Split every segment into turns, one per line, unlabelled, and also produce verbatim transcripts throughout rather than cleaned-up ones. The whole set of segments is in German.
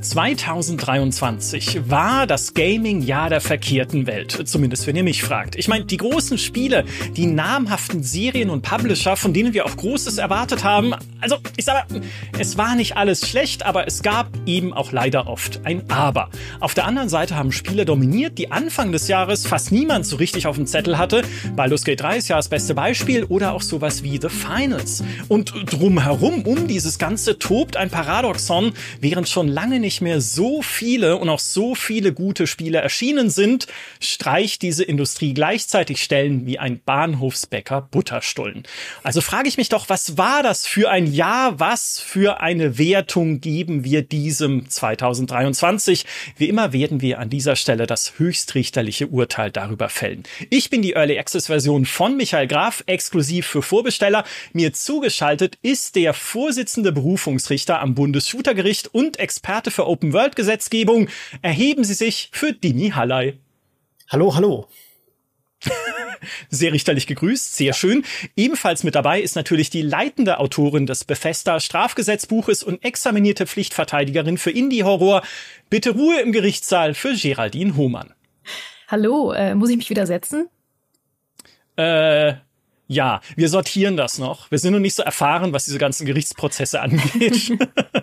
zwanzig dreiundzwanzig war das Gaming-Jahr der verkehrten Welt. Zumindest, wenn ihr mich fragt. Ich meine, die großen Spiele, die namhaften Serien und Publisher, von denen wir auch Großes erwartet haben. Also, ich sag mal, es war nicht alles schlecht, aber es gab eben auch leider oft ein Aber. Auf der anderen Seite haben Spiele dominiert, die Anfang des Jahres fast niemand so richtig auf dem Zettel hatte. Baldur's Gate drei ist ja das beste Beispiel oder auch sowas wie The Finals. Und drumherum, um dieses Ganze tobt ein Paradoxon, während schon lange nicht mehr so viele und auch so viele gute Spiele erschienen sind, streicht diese Industrie gleichzeitig Stellen wie ein Bahnhofsbäcker Butterstullen. Also frage ich mich doch, was war das für ein Jahr? Was für eine Wertung geben wir diesem zwanzig dreiundzwanzig? Wie immer werden wir an dieser Stelle das höchstrichterliche Urteil darüber fällen. Ich bin die Early Access Version von Michael Graf, exklusiv für Vorbesteller. Mir zugeschaltet ist der Vorsitzende Berufungsrichter am Bundesshootergericht und Experte für Open-World-Gesetzgebung. Erheben Sie sich für Dimi Hallei.
Hallo, hallo.
Sehr richterlich gegrüßt, sehr schön. Ebenfalls mit dabei ist natürlich die leitende Autorin des Bethesda Strafgesetzbuches und examinierte Pflichtverteidigerin für Indie-Horror. Bitte Ruhe im Gerichtssaal für Geraldine Hohmann.
Hallo, äh, muss ich mich wieder setzen?
Äh, ja, wir sortieren das noch. Wir sind noch nicht so erfahren, was diese ganzen Gerichtsprozesse angeht.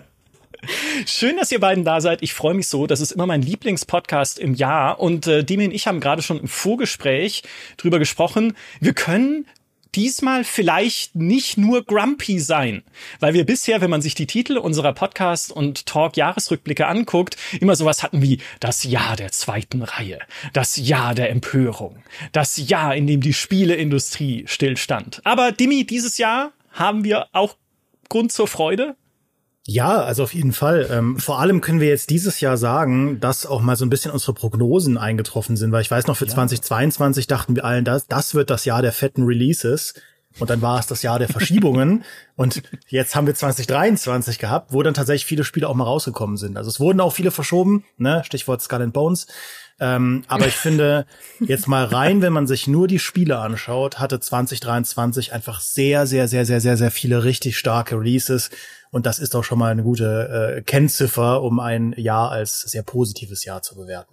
Schön, dass ihr beiden da seid. Ich freue mich so. Das ist immer mein Lieblingspodcast im Jahr. Und äh, Demi und ich haben gerade schon im Vorgespräch drüber gesprochen. Wir können diesmal vielleicht nicht nur grumpy sein, weil wir bisher, wenn man sich die Titel unserer Podcast- und Talk-Jahresrückblicke anguckt, immer sowas hatten wie das Jahr der zweiten Reihe, das Jahr der Empörung, das Jahr, in dem die Spieleindustrie stillstand. Aber Demi, dieses Jahr haben wir auch Grund zur Freude?
Ja, also auf jeden Fall. Ähm, vor allem können wir jetzt dieses Jahr sagen, dass auch mal so ein bisschen unsere Prognosen eingetroffen sind, weil ich weiß noch, für ja. zwanzig zweiundzwanzig dachten wir allen, das, das wird das Jahr der fetten Releases. Und dann war es das Jahr der Verschiebungen. Und jetzt haben wir zwanzig dreiundzwanzig gehabt, wo dann tatsächlich viele Spiele auch mal rausgekommen sind. Also es wurden auch viele verschoben, ne? Stichwort Skull and Bones. Ähm, aber ich finde, jetzt mal rein, wenn man sich nur die Spiele anschaut, hatte zwanzig dreiundzwanzig einfach sehr, sehr, sehr, sehr, sehr, sehr viele richtig starke Releases. Und das ist auch schon mal eine gute äh, Kennziffer, um ein Jahr als sehr positives Jahr zu bewerten.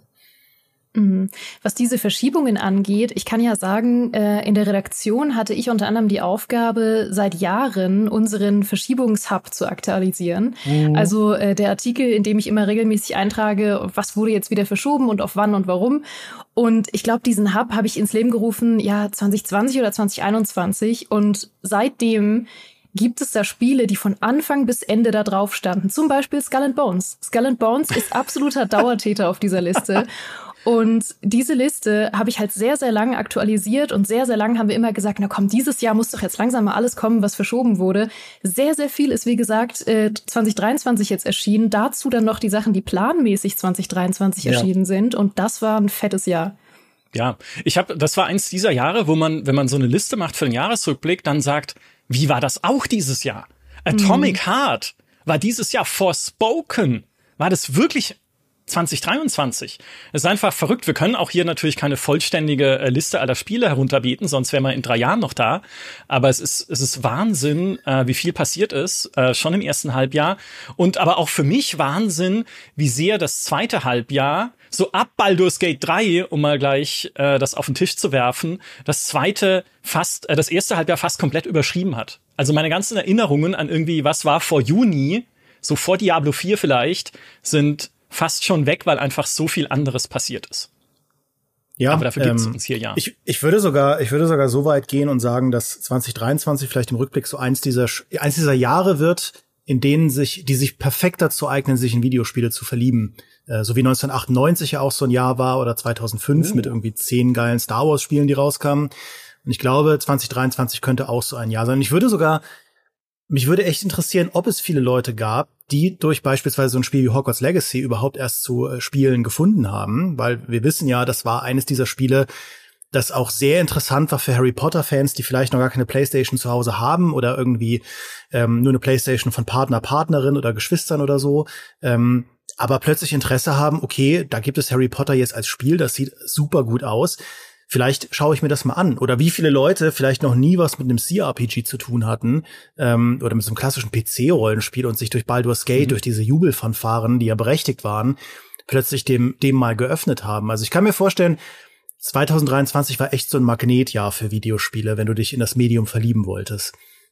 Was diese Verschiebungen angeht, ich kann ja sagen, in der Redaktion hatte ich unter anderem die Aufgabe, seit Jahren unseren Verschiebungshub zu aktualisieren. Mhm. Also der Artikel, in dem ich immer regelmäßig eintrage, was wurde jetzt wieder verschoben und auf wann und warum. Und ich glaube, diesen Hub habe ich ins Leben gerufen, ja, zwanzig zwanzig oder zwanzig einundzwanzig. Und seitdem gibt es da Spiele, die von Anfang bis Ende da drauf standen. Zum Beispiel Skull and Bones. Skull and Bones ist absoluter Dauertäter auf dieser Liste. Und diese Liste habe ich halt sehr, sehr lange aktualisiert und sehr, sehr lange haben wir immer gesagt, na komm, dieses Jahr muss doch jetzt langsam mal alles kommen, was verschoben wurde. Sehr, sehr viel ist, wie gesagt, zwanzig dreiundzwanzig jetzt erschienen. Dazu dann noch die Sachen, die planmäßig zwanzig dreiundzwanzig ja. erschienen sind. Und das war ein fettes Jahr.
Ja, ich habe, das war eins dieser Jahre, wo man, wenn man so eine Liste macht für den Jahresrückblick, dann sagt, wie war das auch dieses Jahr? Atomic mhm. Heart war dieses Jahr. Forspoken war das wirklich zwanzig dreiundzwanzig. Es ist einfach verrückt. Wir können auch hier natürlich keine vollständige äh, Liste aller Spiele herunterbieten, sonst wären wir in drei Jahren noch da. Aber es ist es ist Wahnsinn, äh, wie viel passiert ist, äh, schon im ersten Halbjahr. Und aber auch für mich Wahnsinn, wie sehr das zweite Halbjahr, so ab Baldur's Gate drei, um mal gleich äh, das auf den Tisch zu werfen, das zweite fast, äh, das erste Halbjahr fast komplett überschrieben hat. Also meine ganzen Erinnerungen an irgendwie, was war vor Juni, so vor Diablo vier vielleicht, sind fast schon weg, weil einfach so viel anderes passiert ist.
Ja,
aber dafür gibt's
ähm,
uns hier ja.
Ich, ich würde sogar, ich würde sogar so weit gehen und sagen, dass zwanzig dreiundzwanzig vielleicht im Rückblick so eins dieser, eins dieser Jahre wird, in denen sich, die sich perfekt dazu eignen, sich in Videospiele zu verlieben. Äh, so wie neunzehnhundertachtundneunzig ja auch so ein Jahr war oder zweitausendfünf oh. mit irgendwie zehn geilen Star Wars Spielen, die rauskamen. Und ich glaube, zwanzig dreiundzwanzig könnte auch so ein Jahr sein. Und ich würde sogar, mich würde echt interessieren, ob es viele Leute gab, die durch beispielsweise so ein Spiel wie Hogwarts Legacy überhaupt erst zu äh, Spielen gefunden haben, weil wir wissen ja, das war eines dieser Spiele, das auch sehr interessant war für Harry Potter-Fans, die vielleicht noch gar keine PlayStation zu Hause haben oder irgendwie ähm, nur eine PlayStation von Partner, Partnerin oder Geschwistern oder so, ähm, aber plötzlich Interesse haben, okay, da gibt es Harry Potter jetzt als Spiel, das sieht super gut aus. vielleicht schaue ich mir das mal an. Oder wie viele Leute vielleicht noch nie was mit einem C R P G zu tun hatten ähm, oder mit so einem klassischen P C-Rollenspiel und sich durch Baldur's Gate, mhm. durch diese Jubelfanfaren, die ja berechtigt waren, plötzlich dem dem mal geöffnet haben. Also ich kann mir vorstellen, zwanzig dreiundzwanzig war echt so ein Magnetjahr für Videospiele, wenn du dich in das Medium verlieben wolltest.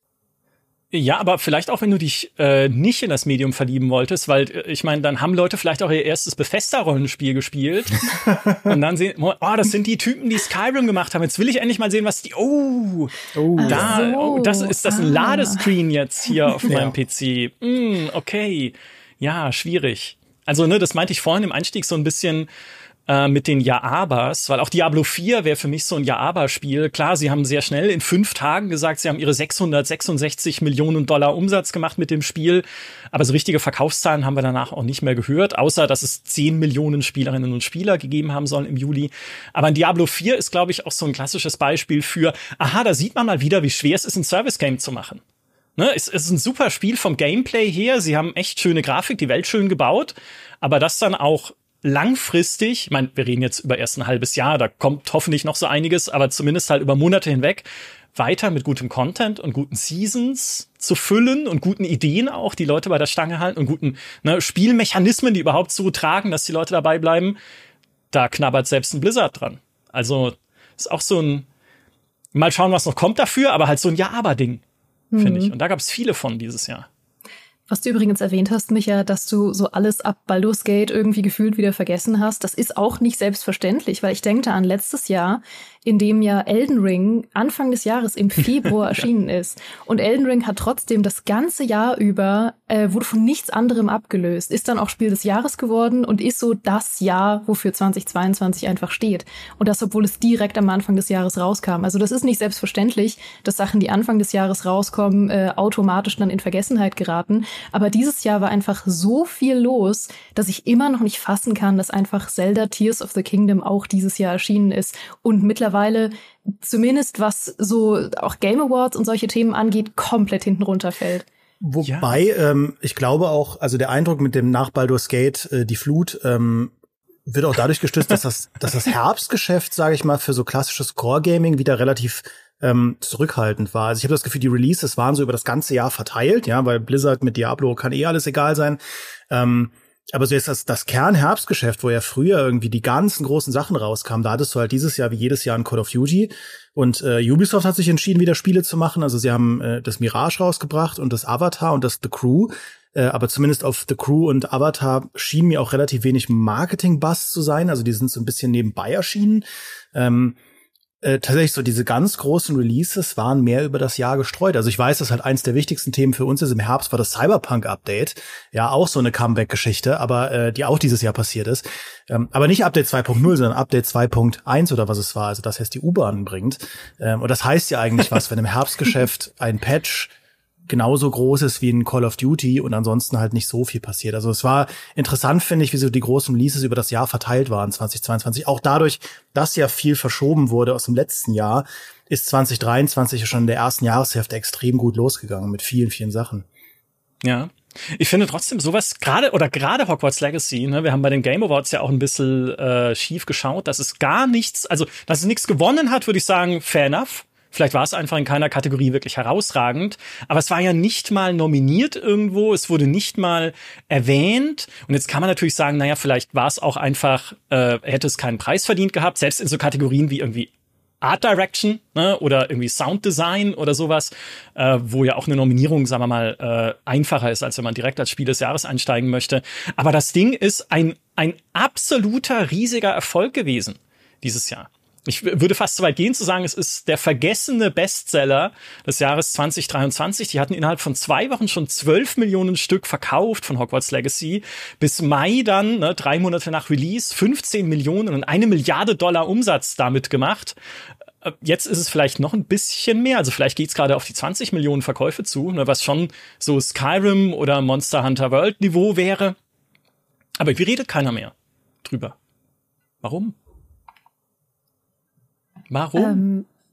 Ja, aber vielleicht auch, wenn du dich äh, nicht in das Medium verlieben wolltest, weil äh, ich meine, dann haben Leute vielleicht auch ihr erstes Bethesda-Rollenspiel gespielt und dann sehen, oh, das sind die Typen, die Skyrim gemacht haben. Jetzt will ich endlich mal sehen, was die, oh, oh da, so. oh, das ist das ein ah. Ladescreen jetzt hier auf meinem ja. P C. Mm, okay, ja, schwierig. Also, ne, das meinte ich vorhin im Einstieg so ein bisschen äh, mit den Ja-Abers, weil auch Diablo vier wäre für mich so ein Ja-Aber-Spiel. Klar, sie haben sehr schnell in fünf Tagen gesagt, sie haben ihre sechshundertsechsundsechzig Millionen Dollar Umsatz gemacht mit dem Spiel, aber so richtige Verkaufszahlen haben wir danach auch nicht mehr gehört, außer dass es zehn Millionen Spielerinnen und Spieler gegeben haben sollen im Juli. Aber in Diablo vier ist, glaube ich, auch so ein klassisches Beispiel für, aha, da sieht man mal wieder, wie schwer es ist, ein Service-Game zu machen. Ne, es ist ein super Spiel vom Gameplay her, sie haben echt schöne Grafik, die Welt schön gebaut, aber das dann auch langfristig, ich meine, wir reden jetzt über erst ein halbes Jahr, da kommt hoffentlich noch so einiges, aber zumindest halt über Monate hinweg, weiter mit gutem Content und guten Seasons zu füllen und guten Ideen auch, die Leute bei der Stange halten und guten ne, Spielmechanismen, die überhaupt so tragen, dass die Leute dabei bleiben, da knabbert selbst ein Blizzard dran. Also ist auch so ein, mal schauen, was noch kommt dafür, aber halt so ein Ja-Aber-Ding, mhm. finde ich. Und da gab es viele von dieses Jahr.
Was du übrigens erwähnt hast, Micha, dass du so alles ab Baldur's Gate irgendwie gefühlt wieder vergessen hast, das ist auch nicht selbstverständlich, weil ich denke da an letztes Jahr, in dem ja Elden Ring Anfang des Jahres im Februar erschienen ist. Und Elden Ring hat trotzdem das ganze Jahr über, äh, wurde von nichts anderem abgelöst, ist dann auch Spiel des Jahres geworden und ist so das Jahr, wofür zwanzig zweiundzwanzig einfach steht. Und das, obwohl es direkt am Anfang des Jahres rauskam. Also das ist nicht selbstverständlich, dass Sachen, die Anfang des Jahres rauskommen, äh, automatisch dann in Vergessenheit geraten. Aber dieses Jahr war einfach so viel los, dass ich immer noch nicht fassen kann, dass einfach Zelda Tears of the Kingdom auch dieses Jahr erschienen ist und mittlerweile zumindest was so auch Game Awards und solche Themen angeht, komplett hinten runterfällt.
Wobei, ja. ähm, ich glaube auch, also der Eindruck mit dem nach Baldur's Gate, äh, die Flut, ähm, wird auch dadurch gestützt, dass das, dass das Herbstgeschäft, sage ich mal, für so klassisches Core-Gaming wieder relativ ähm, zurückhaltend war. Also ich habe das Gefühl, die Releases waren so über das ganze Jahr verteilt, ja, weil Blizzard mit Diablo kann eh alles egal sein. Ähm, aber so jetzt das, das Kernherbstgeschäft, wo ja früher irgendwie die ganzen großen Sachen rauskamen, da hattest du halt dieses Jahr wie jedes Jahr ein Call of Duty. Und äh, Ubisoft hat sich entschieden, wieder Spiele zu machen. Also sie haben äh, das Mirage rausgebracht und das Avatar und das The Crew. Äh, aber zumindest auf The Crew und Avatar schien mir auch relativ wenig Marketing-Buzz zu sein. Also die sind so ein bisschen nebenbei erschienen. Ähm, Äh, tatsächlich so diese ganz großen Releases waren mehr über das Jahr gestreut. Also ich weiß, dass halt eins der wichtigsten Themen für uns ist im Herbst war das Cyberpunk-Update. Ja, auch so eine Comeback-Geschichte, aber äh, die auch dieses Jahr passiert ist. Ähm, aber nicht Update zwei Punkt null, sondern Update zwei Punkt eins oder was es war. Also das heißt, die U-Bahn bringt. Ähm, und das heißt ja eigentlich was, wenn im Herbstgeschäft ein Patch genauso groß ist wie ein Call of Duty und ansonsten halt nicht so viel passiert. Also es war interessant, finde ich, wie so die großen Releases über das Jahr verteilt waren, zwanzig zweiundzwanzig. Auch dadurch, dass ja viel verschoben wurde aus dem letzten Jahr, ist zwanzig dreiundzwanzig schon in der ersten Jahreshälfte extrem gut losgegangen mit vielen, vielen Sachen.
Ja. Ich finde trotzdem sowas, gerade oder gerade Hogwarts Legacy, ne, wir haben bei den Game Awards ja auch ein bisschen äh, schief geschaut, dass es gar nichts, also dass es nichts gewonnen hat, würde ich sagen, fair enough. Vielleicht war es einfach in keiner Kategorie wirklich herausragend, aber es war ja nicht mal nominiert irgendwo, es wurde nicht mal erwähnt. Und jetzt kann man natürlich sagen, naja, vielleicht war es auch einfach, äh, hätte es keinen Preis verdient gehabt, selbst in so Kategorien wie irgendwie Art Direction, ne, oder irgendwie Sound Design oder sowas, äh, wo ja auch eine Nominierung, sagen wir mal, äh, einfacher ist, als wenn man direkt als Spiel des Jahres einsteigen möchte. Aber das Ding ist ein, ein absoluter riesiger Erfolg gewesen dieses Jahr. Ich würde fast so weit gehen zu sagen, es ist der vergessene Bestseller des Jahres zwanzig dreiundzwanzig. Die hatten innerhalb von zwei Wochen schon zwölf Millionen Stück verkauft von Hogwarts Legacy. Bis Mai dann, ne, drei Monate nach Release, fünfzehn Millionen und eine Milliarde Dollar Umsatz damit gemacht. Jetzt ist es vielleicht noch ein bisschen mehr. Also vielleicht geht's gerade auf die zwanzig Millionen Verkäufe zu, ne, was schon so Skyrim oder Monster Hunter World Niveau wäre. Aber irgendwie redet keiner mehr drüber. Warum? Warum?
Ähm,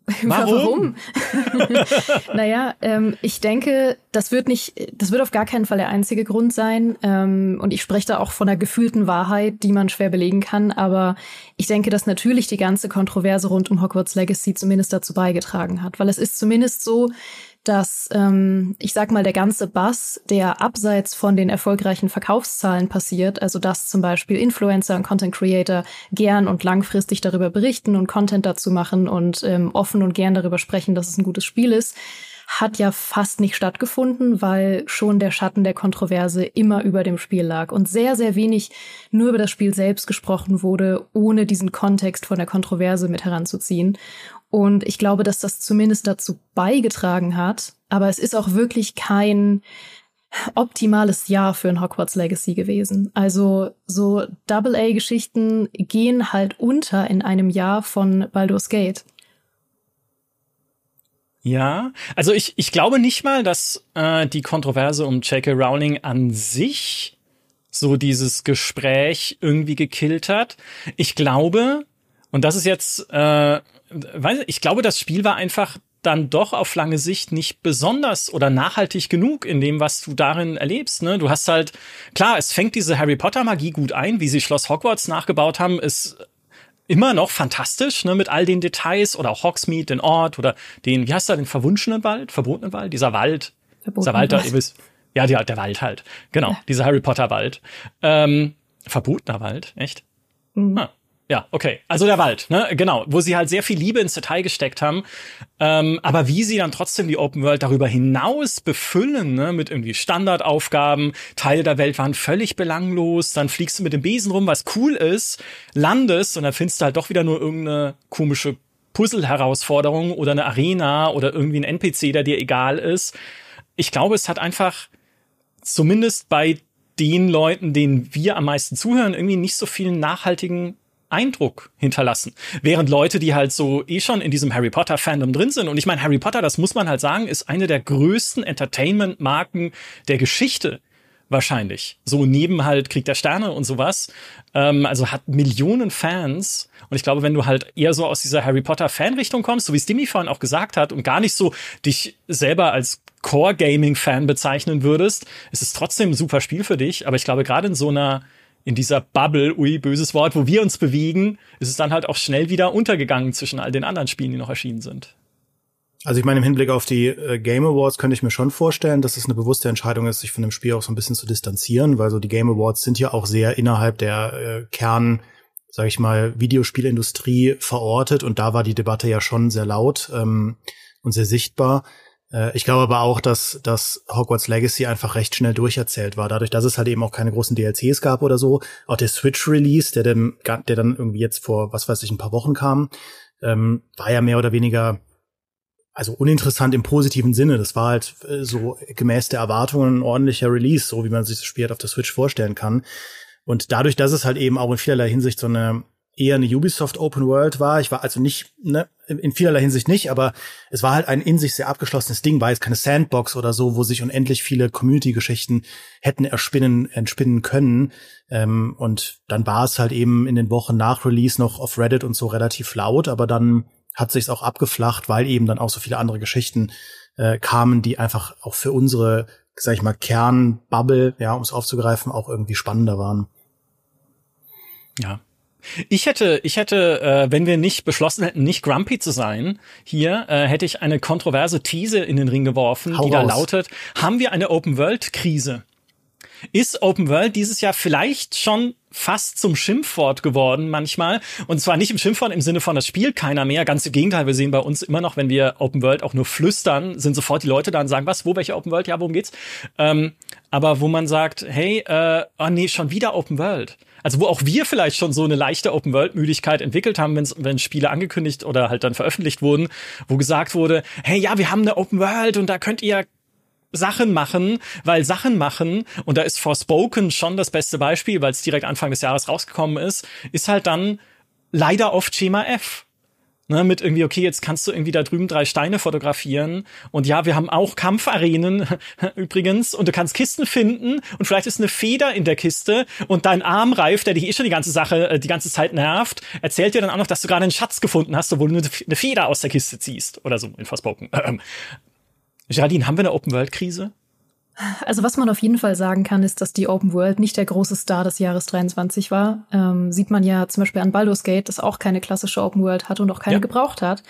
Warum?
Warum? Naja, ähm, ich denke, das wird nicht, das wird auf gar keinen Fall der einzige Grund sein. Ähm, und ich spreche da auch von einer gefühlten Wahrheit, die man schwer belegen kann. Aber ich denke, dass natürlich die ganze Kontroverse rund um Hogwarts Legacy zumindest dazu beigetragen hat. Weil es ist zumindest so, dass, ähm, ich sag mal, der ganze Buzz, der abseits von den erfolgreichen Verkaufszahlen passiert, also dass zum Beispiel Influencer und Content Creator gern und langfristig darüber berichten und Content dazu machen und ähm, offen und gern darüber sprechen, dass es ein gutes Spiel ist, hat ja fast nicht stattgefunden, weil schon der Schatten der Kontroverse immer über dem Spiel lag und sehr, sehr wenig nur über das Spiel selbst gesprochen wurde, ohne diesen Kontext von der Kontroverse mit heranzuziehen. Und ich glaube, dass das zumindest dazu beigetragen hat. Aber es ist auch wirklich kein optimales Jahr für ein Hogwarts Legacy gewesen. Also so Double-A-Geschichten gehen halt unter in einem Jahr von Baldur's Gate.
Ja, also ich, ich glaube nicht mal, dass äh, die Kontroverse um J K. Rowling an sich so dieses Gespräch irgendwie gekillt hat. Ich glaube, und das ist jetzt, äh, weiß ich, ich glaube, das Spiel war einfach dann doch auf lange Sicht nicht besonders oder nachhaltig genug in dem, was du darin erlebst. Ne? Du hast halt, klar, es fängt diese Harry Potter Magie gut ein, wie sie Schloss Hogwarts nachgebaut haben, ist immer noch fantastisch, ne, mit all den Details oder auch Hogsmeade, den Ort oder den, wie heißt der, den verwunschenen Wald, verbotenen Wald, dieser Wald,
Verboten
dieser Wald da,
Wald.
ihr wisst, ja, der, der Wald halt, genau,
Ja.
dieser Harry Potter Wald, ähm, verbotener Wald, echt?
Mhm.
Ah. Ja, okay. Also der Wald, ne, genau, wo sie halt sehr viel Liebe ins Detail gesteckt haben. Ähm, aber wie sie dann trotzdem die Open World darüber hinaus befüllen, ne, mit irgendwie Standardaufgaben, Teile der Welt waren völlig belanglos, dann fliegst du mit dem Besen rum, was cool ist, landest und dann findest du halt doch wieder nur irgendeine komische Puzzle-Herausforderung oder eine Arena oder irgendwie ein N P C, der dir egal ist. Ich glaube, es hat einfach zumindest bei den Leuten, denen wir am meisten zuhören, irgendwie nicht so viel nachhaltigen Eindruck hinterlassen. Während Leute, die halt so eh schon in diesem Harry Potter Fandom drin sind, und ich meine, Harry Potter, das muss man halt sagen, ist eine der größten Entertainment-Marken der Geschichte wahrscheinlich. So neben halt Krieg der Sterne und sowas. Ähm, also hat Millionen Fans. Und ich glaube, wenn du halt eher so aus dieser Harry Potter Fanrichtung kommst, so wie es Dimi vorhin auch gesagt hat, und gar nicht so dich selber als Core-Gaming-Fan bezeichnen würdest, ist es trotzdem ein super Spiel für dich. Aber ich glaube, gerade in so einer in dieser Bubble, ui, böses Wort, wo wir uns bewegen, ist es dann halt auch schnell wieder untergegangen zwischen all den anderen Spielen, die noch erschienen sind.
Also ich meine, im Hinblick auf die äh, Game Awards könnte ich mir schon vorstellen, dass es eine bewusste Entscheidung ist, sich von dem Spiel auch so ein bisschen zu distanzieren, weil so die Game Awards sind ja auch sehr innerhalb der äh, Kern, sag ich mal, Videospielindustrie verortet, und da war die Debatte ja schon sehr laut ähm, und sehr sichtbar. Ich glaube aber auch, dass, dass Hogwarts Legacy einfach recht schnell durcherzählt war. Dadurch, dass es halt eben auch keine großen D L Cs gab oder so. Auch der Switch-Release, der, dem, der dann irgendwie jetzt vor, was weiß ich, ein paar Wochen kam, ähm, war ja mehr oder weniger, also uninteressant im positiven Sinne. Das war halt äh, so gemäß der Erwartungen ein ordentlicher Release, so wie man sich das Spiel halt auf der Switch vorstellen kann. Und dadurch, dass es halt eben auch in vielerlei Hinsicht so eine eher eine Ubisoft Open World war. Ich war also nicht, ne, in vielerlei Hinsicht nicht, aber es war halt ein in sich sehr abgeschlossenes Ding, war jetzt keine Sandbox oder so, wo sich unendlich viele Community-Geschichten hätten erspinnen, entspinnen können. Ähm, und dann war es halt eben in den Wochen nach Release noch auf Reddit und so relativ laut, aber dann hat sich's auch abgeflacht, weil eben dann auch so viele andere Geschichten äh, kamen, die einfach auch für unsere, sag ich mal, Kernbubble, ja, um es aufzugreifen, auch irgendwie spannender waren.
Ja. Ich hätte, ich hätte, äh, wenn wir nicht beschlossen hätten, nicht grumpy zu sein, hier, äh, hätte ich eine kontroverse These in den Ring geworfen,
Hau
die da
raus.
lautet: Haben wir eine Open-World-Krise? Ist Open World dieses Jahr vielleicht schon fast zum Schimpfwort geworden manchmal? Und zwar nicht im Schimpfwort im Sinne von, das spielt keiner mehr. Ganz im Gegenteil, wir sehen bei uns immer noch, wenn wir Open World auch nur flüstern, sind sofort die Leute da und sagen, was, wo, welche Open World? Ja, worum geht's? Ähm, aber wo man sagt, hey, äh, oh nee, schon wieder Open World. Also wo auch wir vielleicht schon so eine leichte Open-World-Müdigkeit entwickelt haben, wenn's, wenn Spiele angekündigt oder halt dann veröffentlicht wurden, wo gesagt wurde, hey, ja, wir haben eine Open World und da könnt ihr Sachen machen, weil Sachen machen, und da ist Forspoken schon das beste Beispiel, weil es direkt Anfang des Jahres rausgekommen ist, ist halt dann leider oft Schema F. Ne, mit irgendwie, okay, jetzt kannst du irgendwie da drüben drei Steine fotografieren und ja, wir haben auch Kampfarenen übrigens und du kannst Kisten finden und vielleicht ist eine Feder in der Kiste und dein Armreif, der dich eh schon die ganze Sache, die ganze Zeit nervt, erzählt dir dann auch noch, dass du gerade einen Schatz gefunden hast, obwohl du eine Feder aus der Kiste ziehst oder so in Forspoken. Ähm. Geraldine, haben wir eine Open-World-Krise?
Also was man auf jeden Fall sagen kann, ist, dass die Open World nicht der große Star des Jahres dreiundzwanzig war. Ähm, sieht man ja zum Beispiel an Baldur's Gate, das auch keine klassische Open World hat und auch keine ja. gebraucht hat.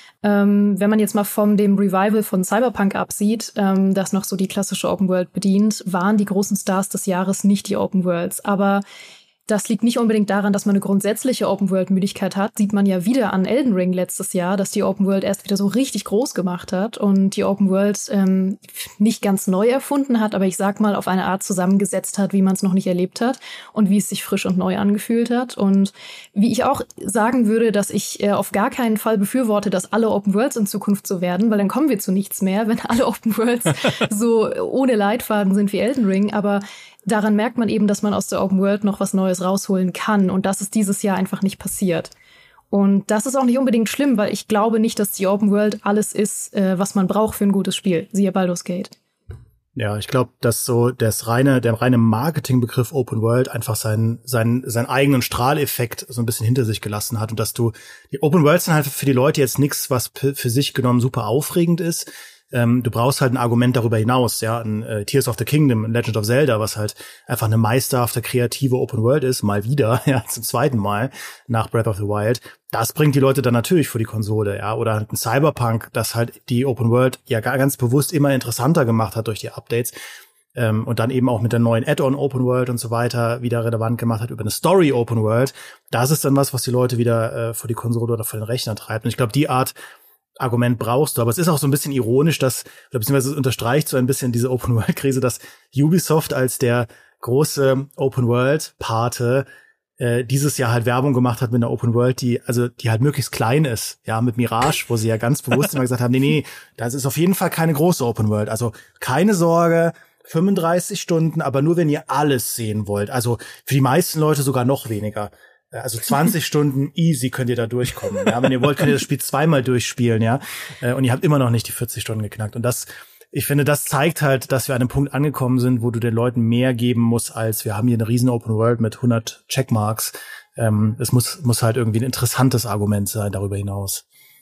Ähm, wenn man jetzt mal von dem Revival von Cyberpunk absieht, ähm, das noch so die klassische Open World bedient, waren die großen Stars des Jahres nicht die Open Worlds. Aber das liegt nicht unbedingt daran, dass man eine grundsätzliche Open-World-Müdigkeit hat. Sieht man ja wieder an Elden Ring letztes Jahr, dass die Open-World erst wieder so richtig groß gemacht hat und die Open-World ähm, nicht ganz neu erfunden hat, aber ich sag mal auf eine Art zusammengesetzt hat, wie man es noch nicht erlebt hat und wie es sich frisch und neu angefühlt hat. Und wie ich auch sagen würde, dass ich äh, auf gar keinen Fall befürworte, dass alle Open-Worlds in Zukunft so werden, weil dann kommen wir zu nichts mehr, wenn alle Open-Worlds so ohne Leitfaden sind wie Elden Ring. Aber daran merkt man eben, dass man aus der Open World noch was Neues rausholen kann. Und das ist dieses Jahr einfach nicht passiert. Und das ist auch nicht unbedingt schlimm, weil ich glaube nicht, dass die Open World alles ist, äh, was man braucht für ein gutes Spiel. Siehe Baldur's Gate.
Ja, ich glaube, dass so das reine, der reine Marketingbegriff Open World einfach seinen, seinen, seinen eigenen Strahleffekt so ein bisschen hinter sich gelassen hat. Und dass du, die Open Worlds sind halt für die Leute jetzt nichts, was p- für sich genommen super aufregend ist. Ähm, du brauchst halt ein Argument darüber hinaus, ja, ein äh, Tears of the Kingdom, ein Legend of Zelda, was halt einfach eine meisterhafte, kreative Open World ist, mal wieder, ja, zum zweiten Mal nach Breath of the Wild. Das bringt die Leute dann natürlich vor die Konsole, ja, oder halt ein Cyberpunk, das halt die Open World ja ganz bewusst immer interessanter gemacht hat durch die Updates. Ähm, und dann eben auch mit der neuen Add-on Open World und so weiter wieder relevant gemacht hat über eine Story Open World. Das ist dann was, was die Leute wieder äh, vor die Konsole oder vor den Rechner treibt. Und ich glaube, die Art Argument brauchst du. Aber es ist auch so ein bisschen ironisch, dass, oder beziehungsweise es unterstreicht so ein bisschen diese Open-World-Krise, dass Ubisoft als der große Open-World-Pate äh, dieses Jahr halt Werbung gemacht hat mit einer Open-World, die also die halt möglichst klein ist. Ja, mit Mirage, wo sie ja ganz bewusst immer gesagt haben, nee, nee, das ist auf jeden Fall keine große Open-World. Also keine Sorge, fünfunddreißig Stunden, aber nur, wenn ihr alles sehen wollt. Also für die meisten Leute sogar noch weniger. Also zwanzig Stunden easy könnt ihr da durchkommen. Ja, wenn ihr wollt, könnt ihr das Spiel zweimal durchspielen, ja. Und ihr habt immer noch nicht die vierzig Stunden geknackt. Und das, ich finde, das zeigt halt, dass wir an einem Punkt angekommen sind, wo du den Leuten mehr geben musst, als wir haben hier eine riesen Open World mit hundert Checkmarks. Ähm, es muss, muss halt irgendwie ein interessantes Argument sein darüber hinaus.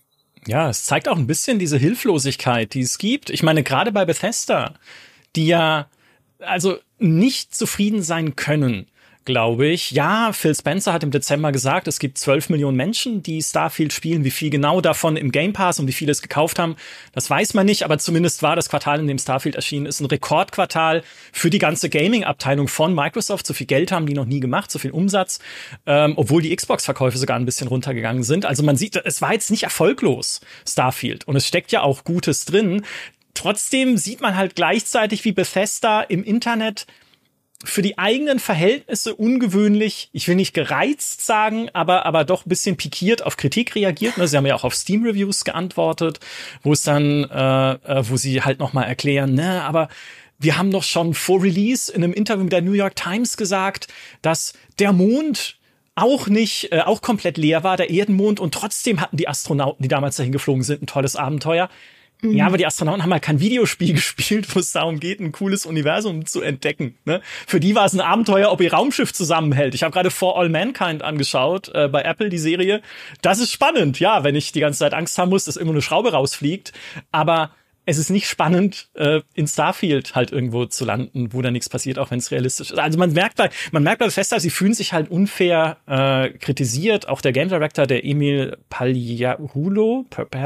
Ja, es zeigt auch ein bisschen diese Hilflosigkeit, die es gibt. Ich meine, gerade bei Bethesda, die ja also nicht zufrieden sein können, glaube ich. Ja, Phil Spencer hat im Dezember gesagt, es gibt zwölf Millionen Menschen, die Starfield spielen. Wie viel genau davon im Game Pass und wie viele es gekauft haben, das weiß man nicht. Aber zumindest war das Quartal, in dem Starfield erschienen ist, ein Rekordquartal für die ganze Gaming-Abteilung von Microsoft. So viel Geld haben die noch nie gemacht, so viel Umsatz, ähm, obwohl die Xbox-Verkäufe sogar ein bisschen runtergegangen sind. Also man sieht, es war jetzt nicht erfolglos, Starfield. Und es steckt ja auch Gutes drin. Trotzdem sieht man halt gleichzeitig, wie Bethesda im Internet für die eigenen Verhältnisse ungewöhnlich, ich will nicht gereizt sagen, aber aber doch ein bisschen pikiert auf Kritik reagiert. Sie haben ja auch auf Steam-Reviews geantwortet, wo es dann, äh, wo sie halt nochmal erklären, ne, aber wir haben doch schon vor Release in einem Interview mit der New York Times gesagt, dass der Mond auch nicht, äh, auch komplett leer war, der Erdenmond, und trotzdem hatten die Astronauten, die damals dahin geflogen sind, ein tolles Abenteuer. Mhm. Ja, aber die Astronauten haben halt kein Videospiel gespielt, wo es darum geht, ein cooles Universum zu entdecken. Ne? Für die war es ein Abenteuer, ob ihr Raumschiff zusammenhält. Ich habe gerade For All Mankind angeschaut, äh, bei Apple, die Serie. Das ist spannend, ja, wenn ich die ganze Zeit Angst haben muss, dass irgendwo eine Schraube rausfliegt. Aber es ist nicht spannend, äh, in Starfield halt irgendwo zu landen, wo da nichts passiert, auch wenn es realistisch ist. Also man merkt bei, man merkt bei Bethesda, sie fühlen sich halt unfair äh, kritisiert. Auch der Game Director, der Emil Pagliarulo,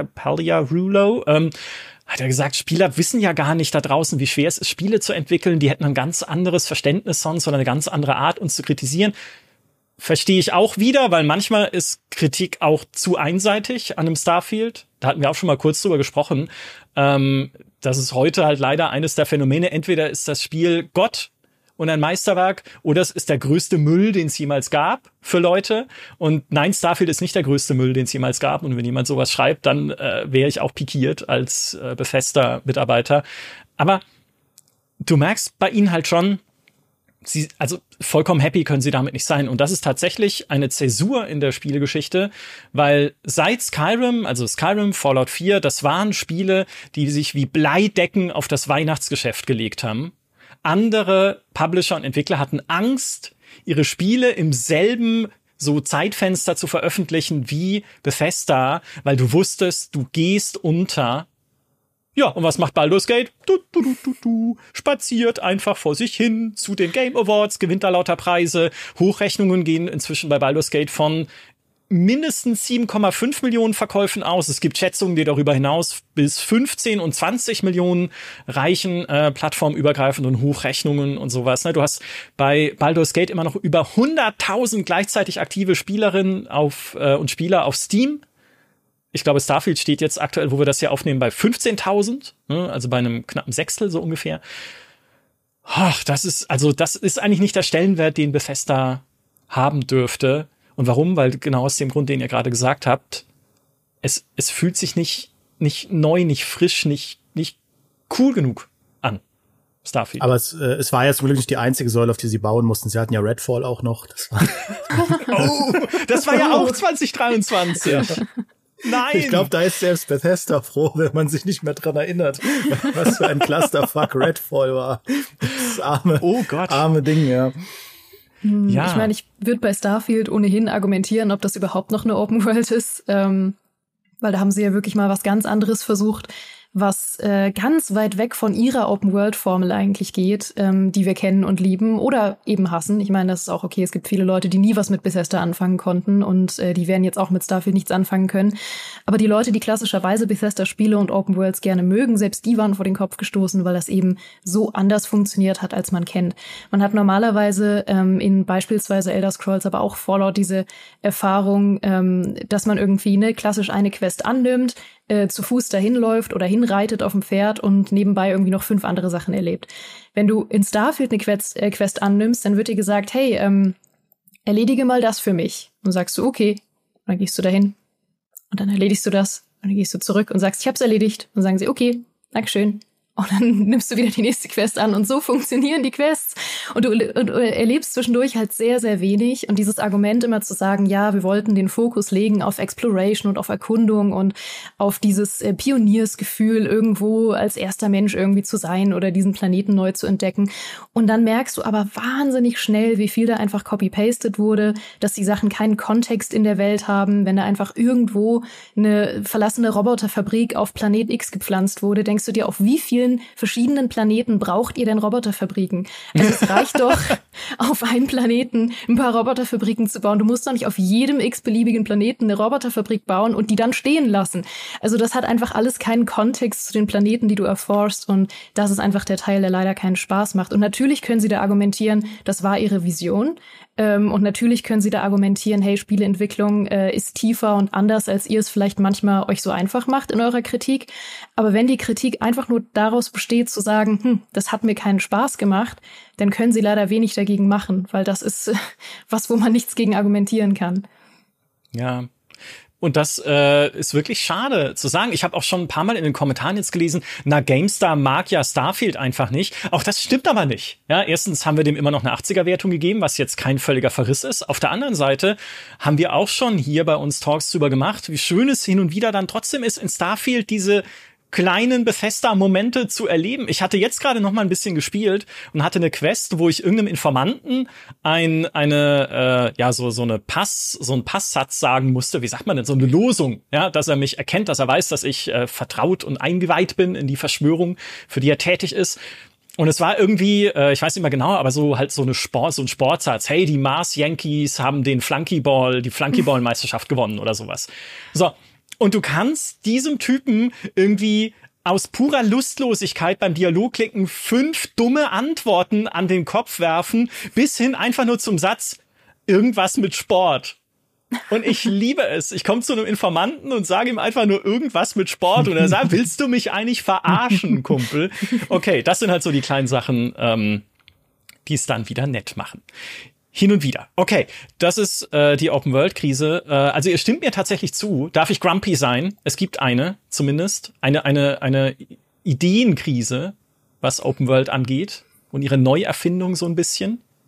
Pagliarulo, ähm, hat ja gesagt, Spieler wissen ja gar nicht da draußen, wie schwer es ist, Spiele zu entwickeln. Die hätten ein ganz anderes Verständnis sonst oder eine ganz andere Art, uns zu kritisieren. Verstehe ich auch wieder, weil manchmal ist Kritik auch zu einseitig an einem Starfield. Da hatten wir auch schon mal kurz drüber gesprochen. Ähm, das ist heute halt leider eines der Phänomene. Entweder ist das Spiel Gott und ein Meisterwerk, oder es ist der größte Müll, den es jemals gab für Leute. Und nein, Starfield ist nicht der größte Müll, den es jemals gab. Und wenn jemand sowas schreibt, dann äh, wäre ich auch pikiert als äh, Bethesda-Mitarbeiter. Aber du merkst bei ihnen halt schon, sie, also vollkommen happy können sie damit nicht sein. Und das ist tatsächlich eine Zäsur in der Spielegeschichte, weil seit Skyrim, also Skyrim, Fallout vier, das waren Spiele, die sich wie Bleidecken auf das Weihnachtsgeschäft gelegt haben. Andere Publisher und Entwickler hatten Angst, ihre Spiele im selben so Zeitfenster zu veröffentlichen wie Bethesda, weil du wusstest, du gehst unter. Ja, und was macht Baldur's Gate? Du, du, du, du, du, spaziert einfach vor sich hin zu den Game Awards, gewinnt da lauter Preise. Hochrechnungen gehen inzwischen bei Baldur's Gate von mindestens sieben Komma fünf Millionen Verkäufen aus. Es gibt Schätzungen, die darüber hinaus bis fünfzehn und zwanzig Millionen reichen, äh, plattformübergreifend und Hochrechnungen und sowas. Ne? Du hast bei Baldur's Gate immer noch über hunderttausend gleichzeitig aktive Spielerinnen auf äh, und Spieler auf Steam. Ich glaube, Starfield steht jetzt aktuell, wo wir das hier aufnehmen, bei fünfzehntausend, ne? Also bei einem knappen Sechstel so ungefähr. Ach, das ist, also das ist eigentlich nicht der Stellenwert, den Bethesda haben dürfte. Und warum? Weil genau aus dem Grund, den ihr gerade gesagt habt, es, es fühlt sich nicht, nicht neu, nicht frisch, nicht, nicht cool genug an. Starfield.
Aber es, äh, es war ja zum Glück nicht die einzige Säule, auf die sie bauen mussten. Sie hatten ja Redfall auch noch. Das war,
oh, das war ja auch zwanzig dreiundzwanzig. Ja. Nein!
Ich glaube, da ist selbst Bethesda froh, wenn man sich nicht mehr dran erinnert, was für ein Clusterfuck Redfall war. Das arme,
oh Gott.
arme Ding, ja.
Hm,
ja.
Ich meine, ich würde bei Starfield ohnehin argumentieren, ob das überhaupt noch eine Open World ist, ähm, weil da haben sie ja wirklich mal was ganz anderes versucht, was äh, ganz weit weg von ihrer Open-World-Formel eigentlich geht, ähm, die wir kennen und lieben oder eben hassen. Ich meine, das ist auch okay. Es gibt viele Leute, die nie was mit Bethesda anfangen konnten und äh, die werden jetzt auch mit Starfield nichts anfangen können. Aber die Leute, die klassischerweise Bethesda-Spiele und Open-Worlds gerne mögen, selbst die waren vor den Kopf gestoßen, weil das eben so anders funktioniert hat, als man kennt. Man hat normalerweise ähm, in beispielsweise Elder Scrolls, aber auch Fallout diese Erfahrung, ähm, dass man irgendwie ne, klassisch eine Quest annimmt, äh, zu Fuß dahin läuft oder hinreitet auf dem Pferd und nebenbei irgendwie noch fünf andere Sachen erlebt. Wenn du in Starfield eine Quest, äh, Quest annimmst, dann wird dir gesagt, hey, ähm, erledige mal das für mich. Und sagst du, okay. Und dann gehst du dahin. Und dann erledigst du das. Und dann gehst du zurück und sagst, ich hab's erledigt. Und dann sagen sie, okay, Dankeschön. Und dann nimmst du wieder die nächste Quest an und so funktionieren die Quests. Und du, und du erlebst zwischendurch halt sehr, sehr wenig. Und dieses Argument immer zu sagen, ja, wir wollten den Fokus legen auf Exploration und auf Erkundung und auf dieses äh, Pioniersgefühl, irgendwo als erster Mensch irgendwie zu sein oder diesen Planeten neu zu entdecken. Und dann merkst du aber wahnsinnig schnell, wie viel da einfach copy-pasted wurde, dass die Sachen keinen Kontext in der Welt haben. Wenn da einfach irgendwo eine verlassene Roboterfabrik auf Planet X gepflanzt wurde, denkst du dir, auf wie vielen verschiedenen Planeten braucht ihr denn Roboterfabriken? Also es reicht doch, auf einem Planeten ein paar Roboterfabriken zu bauen. Du musst doch nicht auf jedem x-beliebigen Planeten eine Roboterfabrik bauen und die dann stehen lassen. Also das hat einfach alles keinen Kontext zu den Planeten, die du erforschst, und das ist einfach der Teil, der leider keinen Spaß macht. Und natürlich können sie da argumentieren, das war ihre Vision. Ähm, und natürlich können sie da argumentieren, hey, Spieleentwicklung äh, ist tiefer und anders, als ihr es vielleicht manchmal euch so einfach macht in eurer Kritik. Aber wenn die Kritik einfach nur daraus besteht, zu sagen, hm, das hat mir keinen Spaß gemacht, dann können sie leider wenig dagegen machen, weil das ist äh, was, wo man nichts gegen argumentieren kann.
Ja. Und das äh, ist wirklich schade zu sagen. Ich habe auch schon ein paar Mal in den Kommentaren jetzt gelesen, na, GameStar mag ja Starfield einfach nicht. Auch das stimmt aber nicht. Ja, erstens haben wir dem immer noch eine achtziger-Wertung gegeben, was jetzt kein völliger Verriss ist. Auf der anderen Seite haben wir auch schon hier bei uns Talks drüber gemacht, wie schön es hin und wieder dann trotzdem ist, in Starfield diese kleinen Bethesda-Momente zu erleben. Ich hatte jetzt gerade noch mal ein bisschen gespielt und hatte eine Quest, wo ich irgendeinem Informanten ein eine äh, ja so so eine Pass so ein Passsatz sagen musste. Wie sagt man denn, so eine Losung, ja, dass er mich erkennt, dass er weiß, dass ich äh, vertraut und eingeweiht bin in die Verschwörung, für die er tätig ist. Und es war irgendwie, äh, ich weiß nicht mehr genau, aber so halt so eine Sport, so ein Sportsatz. Hey, die Mars Yankees haben den Flunkyball, die Flunkyball-Meisterschaft gewonnen oder sowas. So. Und du kannst diesem Typen irgendwie aus purer Lustlosigkeit beim Dialogklicken fünf dumme Antworten an den Kopf werfen, bis hin einfach nur zum Satz, irgendwas mit Sport. Und ich liebe es. Ich komme zu einem Informanten und sage ihm einfach nur irgendwas mit Sport. Und er sagt, willst du mich eigentlich verarschen, Kumpel? Okay, das sind halt so die kleinen Sachen, ähm, die es dann wieder nett machen. Hin und wieder. Okay, das ist äh, die Open-World-Krise. Äh, also ihr stimmt mir tatsächlich zu. Darf ich grumpy sein? Es gibt eine, zumindest, eine eine eine Ideenkrise, was Open-World angeht und ihre Neuerfindung so ein bisschen.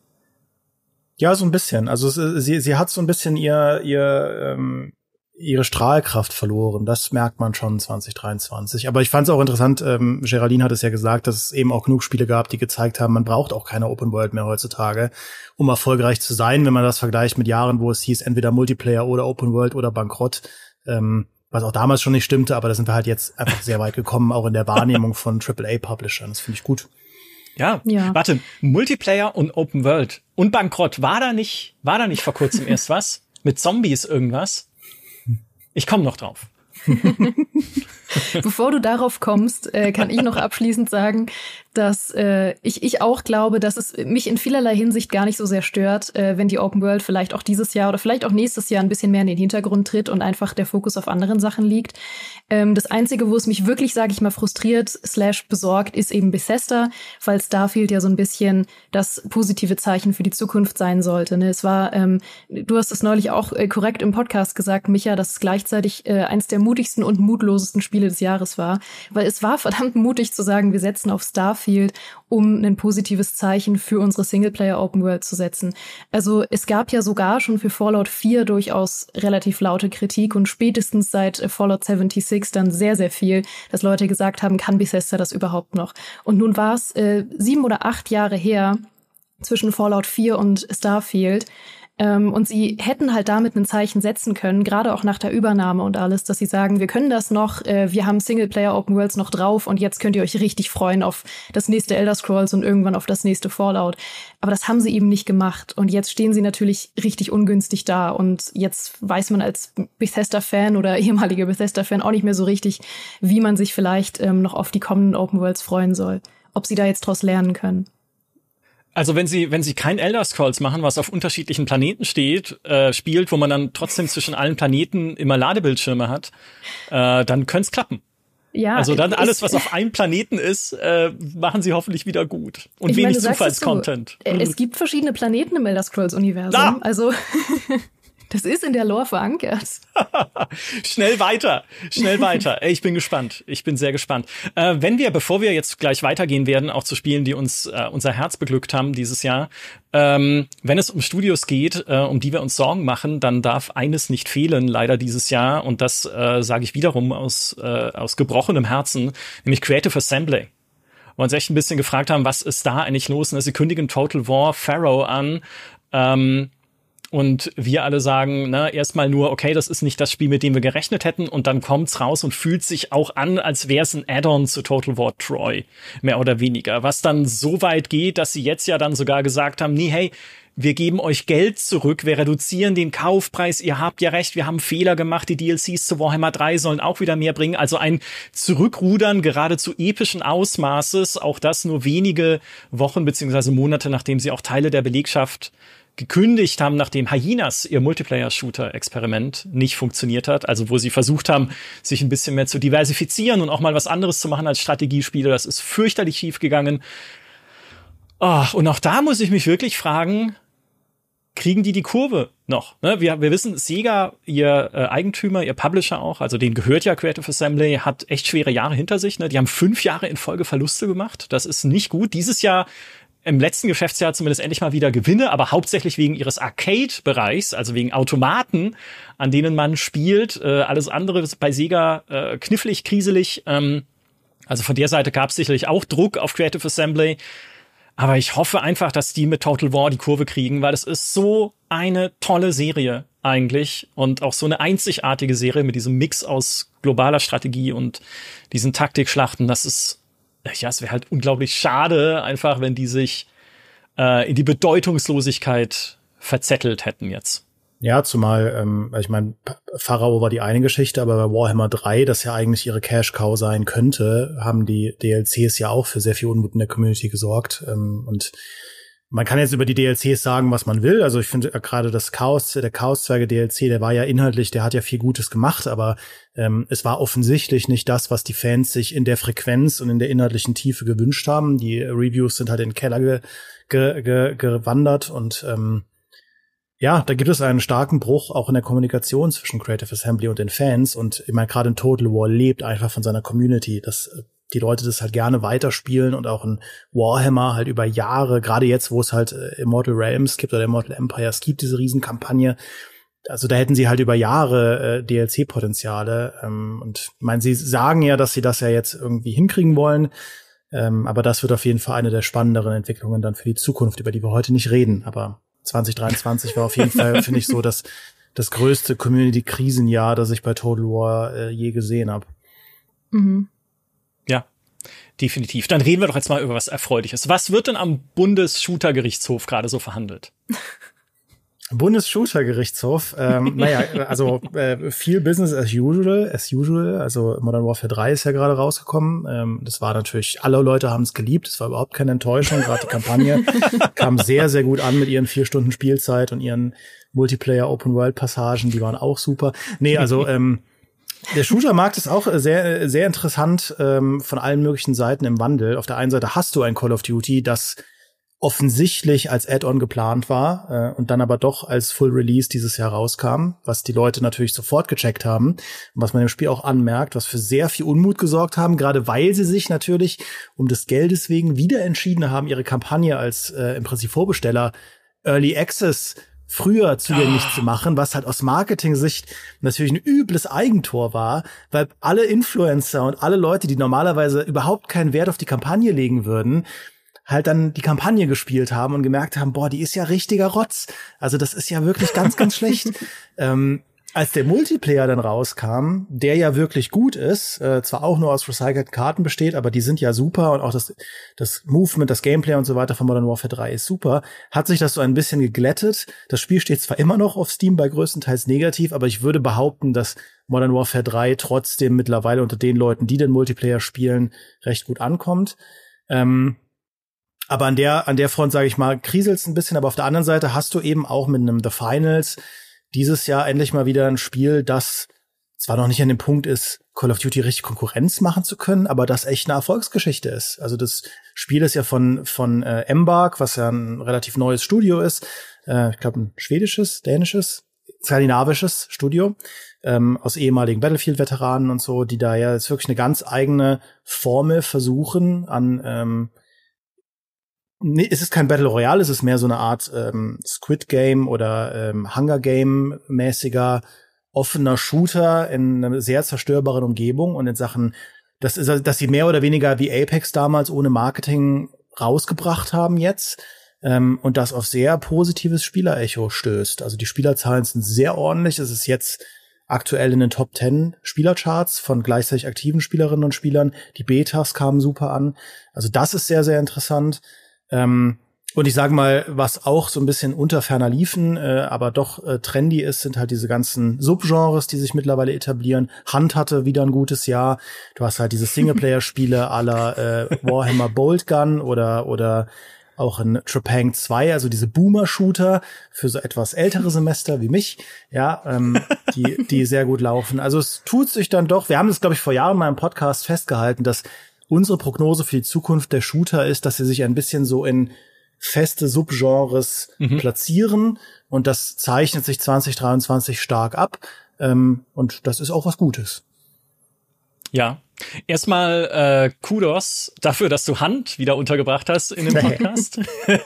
Ja, so ein bisschen. Also es, sie sie hat so ein bisschen ihr ihr ähm, ihre Strahlkraft verloren. Das merkt man schon zwanzig dreiundzwanzig. Aber ich fand es auch interessant, ähm, Geraldine hat es ja gesagt, dass es eben auch genug Spiele gab, die gezeigt haben, man braucht auch keine Open World mehr heutzutage, um erfolgreich zu sein, wenn man das vergleicht mit Jahren, wo es hieß, entweder Multiplayer oder Open World oder Bankrott, ähm, was auch damals schon nicht stimmte, aber da sind wir halt jetzt einfach sehr weit gekommen, auch in der Wahrnehmung von Triple A Publishern. Das finde ich gut.
Ja. ja, warte, Multiplayer und Open World und Bankrott, war da nicht, war da nicht vor kurzem erst was? Mit Zombies irgendwas? Ich komme noch drauf.
Bevor du darauf kommst, äh, kann ich noch abschließend sagen, dass äh, ich ich auch glaube, dass es mich in vielerlei Hinsicht gar nicht so sehr stört, äh, wenn die Open World vielleicht auch dieses Jahr oder vielleicht auch nächstes Jahr ein bisschen mehr in den Hintergrund tritt und einfach der Fokus auf anderen Sachen liegt. Ähm, das Einzige, wo es mich wirklich, sage ich mal, frustriert slash besorgt, ist eben Bethesda, weil Starfield ja so ein bisschen das positive Zeichen für die Zukunft sein sollte. Ne? Es war, ähm, du hast es neulich auch äh, korrekt im Podcast gesagt, Micha, dass es gleichzeitig äh, eins der mutigsten und mutlosesten Spiele des Jahres war, weil es war verdammt mutig zu sagen, wir setzen auf Starfield, um ein positives Zeichen für unsere Singleplayer-Open World zu setzen. Also es gab ja sogar schon für Fallout vier durchaus relativ laute Kritik und spätestens seit Fallout sechsundsiebzig dann sehr, sehr viel, dass Leute gesagt haben, kann Bethesda das überhaupt noch? Und nun war es äh, sieben oder acht Jahre her zwischen Fallout vier und Starfield. Ähm, und sie hätten halt damit ein Zeichen setzen können, gerade auch nach der Übernahme und alles, dass sie sagen, wir können das noch, äh, wir haben Singleplayer-Open Worlds noch drauf und jetzt könnt ihr euch richtig freuen auf das nächste Elder Scrolls und irgendwann auf das nächste Fallout. Aber das haben sie eben nicht gemacht und jetzt stehen sie natürlich richtig ungünstig da und jetzt weiß man als Bethesda-Fan oder ehemaliger Bethesda-Fan auch nicht mehr so richtig, wie man sich vielleicht ähm, noch auf die kommenden Open Worlds freuen soll. Ob sie da jetzt draus lernen können.
Also wenn sie wenn sie kein Elder Scrolls machen, was auf unterschiedlichen Planeten steht, äh, spielt, wo man dann trotzdem zwischen allen Planeten immer Ladebildschirme hat, äh, dann könnte es klappen. Ja, also dann alles, was auf einem Planeten ist, äh, machen sie hoffentlich wieder gut. Und ich wenig Zufallscontent.
So, es gibt verschiedene Planeten im Elder Scrolls-Universum. Ah. Also das ist in der Lore verankert.
Schnell weiter, schnell weiter. Ich bin gespannt. Ich bin sehr gespannt. Äh, wenn wir, bevor wir jetzt gleich weitergehen werden, auch zu Spielen, die uns äh, unser Herz beglückt haben dieses Jahr, ähm, wenn es um Studios geht, äh, um die wir uns Sorgen machen, dann darf eines nicht fehlen, leider dieses Jahr. Und das äh, sage ich wiederum aus äh, aus gebrochenem Herzen, nämlich Creative Assembly. Und uns echt ein bisschen gefragt haben, was ist da eigentlich los? Und sie kündigen Total War Pharaoh an. Ähm, Und wir alle sagen, na, erstmal nur, okay, das ist nicht das Spiel, mit dem wir gerechnet hätten. Und dann kommt's raus und fühlt sich auch an, als wäre es ein Add-on zu Total War Troy. Mehr oder weniger. Was dann so weit geht, dass sie jetzt ja dann sogar gesagt haben, nee, hey, wir geben euch Geld zurück, wir reduzieren den Kaufpreis, ihr habt ja recht, wir haben Fehler gemacht, die D L Cs zu Warhammer drei sollen auch wieder mehr bringen. Also ein Zurückrudern geradezu epischen Ausmaßes, auch das nur wenige Wochen beziehungsweise Monate, nachdem sie auch Teile der Belegschaft gekündigt haben, nachdem Hyenas, ihr Multiplayer-Shooter-Experiment, nicht funktioniert hat. Also wo sie versucht haben, sich ein bisschen mehr zu diversifizieren und auch mal was anderes zu machen als Strategiespiele. Das ist fürchterlich schief gegangen. Oh, und auch da muss ich mich wirklich fragen, kriegen die die Kurve noch? Ne? Wir, wir wissen, Sega, ihr äh, Eigentümer, ihr Publisher auch, also denen gehört ja Creative Assembly, hat echt schwere Jahre hinter sich. Ne? Die haben fünf Jahre in Folge Verluste gemacht. Das ist nicht gut. Dieses Jahr im letzten Geschäftsjahr zumindest endlich mal wieder Gewinne, aber hauptsächlich wegen ihres Arcade-Bereichs, also wegen Automaten, an denen man spielt. Äh, alles andere ist bei Sega äh, knifflig, kriselig. Ähm, also von der Seite gab es sicherlich auch Druck auf Creative Assembly. Aber ich hoffe einfach, dass die mit Total War die Kurve kriegen, weil es ist so eine tolle Serie eigentlich und auch so eine einzigartige Serie mit diesem Mix aus globaler Strategie und diesen Taktikschlachten. Das ist Ja, es wäre halt unglaublich schade, einfach, wenn die sich äh, in die Bedeutungslosigkeit verzettelt hätten jetzt.
Ja, zumal, ähm, ich meine, Pharao war die eine Geschichte, aber bei Warhammer drei, das ja eigentlich ihre Cash-Cow sein könnte, haben die D L Cs ja auch für sehr viel Unmut in der Community gesorgt. Ähm, und man kann jetzt über die D L Cs sagen, was man will. Also ich finde äh, gerade das Chaos, der Chaoszwerge D L C, der war ja inhaltlich, der hat ja viel Gutes gemacht, aber ähm, es war offensichtlich nicht das, was die Fans sich in der Frequenz und in der inhaltlichen Tiefe gewünscht haben. Die Reviews sind halt in den Keller ge, ge, ge, gewandert und ähm, ja, da gibt es einen starken Bruch auch in der Kommunikation zwischen Creative Assembly und den Fans und ich meine, gerade in Total War lebt einfach von seiner Community. Das die Leute das halt gerne weiterspielen und auch ein Warhammer halt über Jahre, gerade jetzt, wo es halt äh, Immortal Realms gibt oder Immortal Empires gibt, diese Riesenkampagne. Also da hätten sie halt über Jahre äh, D L C-Potenziale. Ähm, und ich meine, sie sagen ja, dass sie das ja jetzt irgendwie hinkriegen wollen. Ähm, aber das wird auf jeden Fall eine der spannenderen Entwicklungen dann für die Zukunft, über die wir heute nicht reden. Aber zwanzig dreiundzwanzig war auf jeden Fall, finde ich, so das, das größte Community-Krisenjahr, das ich bei Total War äh, je gesehen habe.
Mhm.
Ja, definitiv. Dann reden wir doch jetzt mal über was Erfreuliches. Was wird denn am Bundesshooter-Gerichtshof gerade so verhandelt?
Bundesshooter-Gerichtshof, ähm, naja, also äh, viel Business as usual, as usual, also Modern Warfare drei ist ja gerade rausgekommen, ähm, das war natürlich, alle Leute haben es geliebt, es war überhaupt keine Enttäuschung, gerade die Kampagne kam sehr, sehr gut an mit ihren vier Stunden Spielzeit und ihren Multiplayer-Open-World-Passagen, die waren auch super. Nee, also ähm, der Shooter-Markt ist auch sehr, sehr interessant, ähm, von allen möglichen Seiten im Wandel. Auf der einen Seite hast du ein Call of Duty, das offensichtlich als Add-on geplant war äh, und dann aber doch als Full Release dieses Jahr rauskam, was die Leute natürlich sofort gecheckt haben und was man im Spiel auch anmerkt, was für sehr viel Unmut gesorgt haben, gerade weil sie sich natürlich um des Geldes wegen wieder entschieden haben, ihre Kampagne als äh, im Prinzip Vorbesteller Early Access früher zugänglich ah. zu machen, was halt aus Marketing-Sicht natürlich ein übles Eigentor war, weil alle Influencer und alle Leute, die normalerweise überhaupt keinen Wert auf die Kampagne legen würden, halt dann die Kampagne gespielt haben und gemerkt haben, boah, die ist ja richtiger Rotz. Also das ist ja wirklich ganz, ganz schlecht. Ähm, als der Multiplayer dann rauskam, der ja wirklich gut ist, äh, zwar auch nur aus recycelten Karten besteht, aber die sind ja super und auch das, das Movement, das Gameplay und so weiter von Modern Warfare drei ist super, hat sich das so ein bisschen geglättet. Das Spiel steht zwar immer noch auf Steam bei größtenteils negativ, aber ich würde behaupten, dass Modern Warfare drei trotzdem mittlerweile unter den Leuten, die den Multiplayer spielen, recht gut ankommt. Ähm, Aber an der, an der Front, sage ich mal, kriselt's ein bisschen. Aber auf der anderen Seite hast du eben auch mit einem The Finals dieses Jahr endlich mal wieder ein Spiel, das zwar noch nicht an dem Punkt ist, Call of Duty richtig Konkurrenz machen zu können, aber das echt eine Erfolgsgeschichte ist. Also das Spiel ist ja von von äh, Embark, was ja ein relativ neues Studio ist. Äh, ich glaube ein schwedisches, dänisches, skandinavisches Studio ähm, aus ehemaligen Battlefield-Veteranen und so, die da ja jetzt wirklich eine ganz eigene Formel versuchen an ähm, Nee, es ist kein Battle Royale, es ist mehr so eine Art ähm, Squid Game oder ähm, Hunger Game mäßiger offener Shooter in einer sehr zerstörbaren Umgebung und in Sachen, das ist, dass sie mehr oder weniger wie Apex damals ohne Marketing rausgebracht haben jetzt ähm, und das auf sehr positives Spielerecho stößt. Also die Spielerzahlen sind sehr ordentlich. Es ist jetzt aktuell in den Top zehn Spielercharts von gleichzeitig aktiven Spielerinnen und Spielern. Die Betas kamen super an. Also das ist sehr, sehr interessant. Ähm, und ich sage mal, was auch so ein bisschen unter ferner liefen, äh, aber doch äh, trendy ist, sind halt diese ganzen Subgenres, die sich mittlerweile etablieren. Hunt hatte wieder ein gutes Jahr. Du hast halt diese Singleplayer-Spiele à la äh, Warhammer Bolt Gun oder oder auch in Trepang zwei, also diese Boomer-Shooter für so etwas ältere Semester wie mich, ja, ähm, die die sehr gut laufen. Also es tut sich dann doch, wir haben das, glaube ich, vor Jahren mal im Podcast festgehalten, dass unsere Prognose für die Zukunft der Shooter ist, dass sie sich ein bisschen so in feste Subgenres mhm. platzieren. Und das zeichnet sich zwanzig dreiundzwanzig stark ab. Ähm, und das ist auch was Gutes.
Ja. Erstmal äh, Kudos dafür, dass du Hunt wieder untergebracht hast in dem Podcast.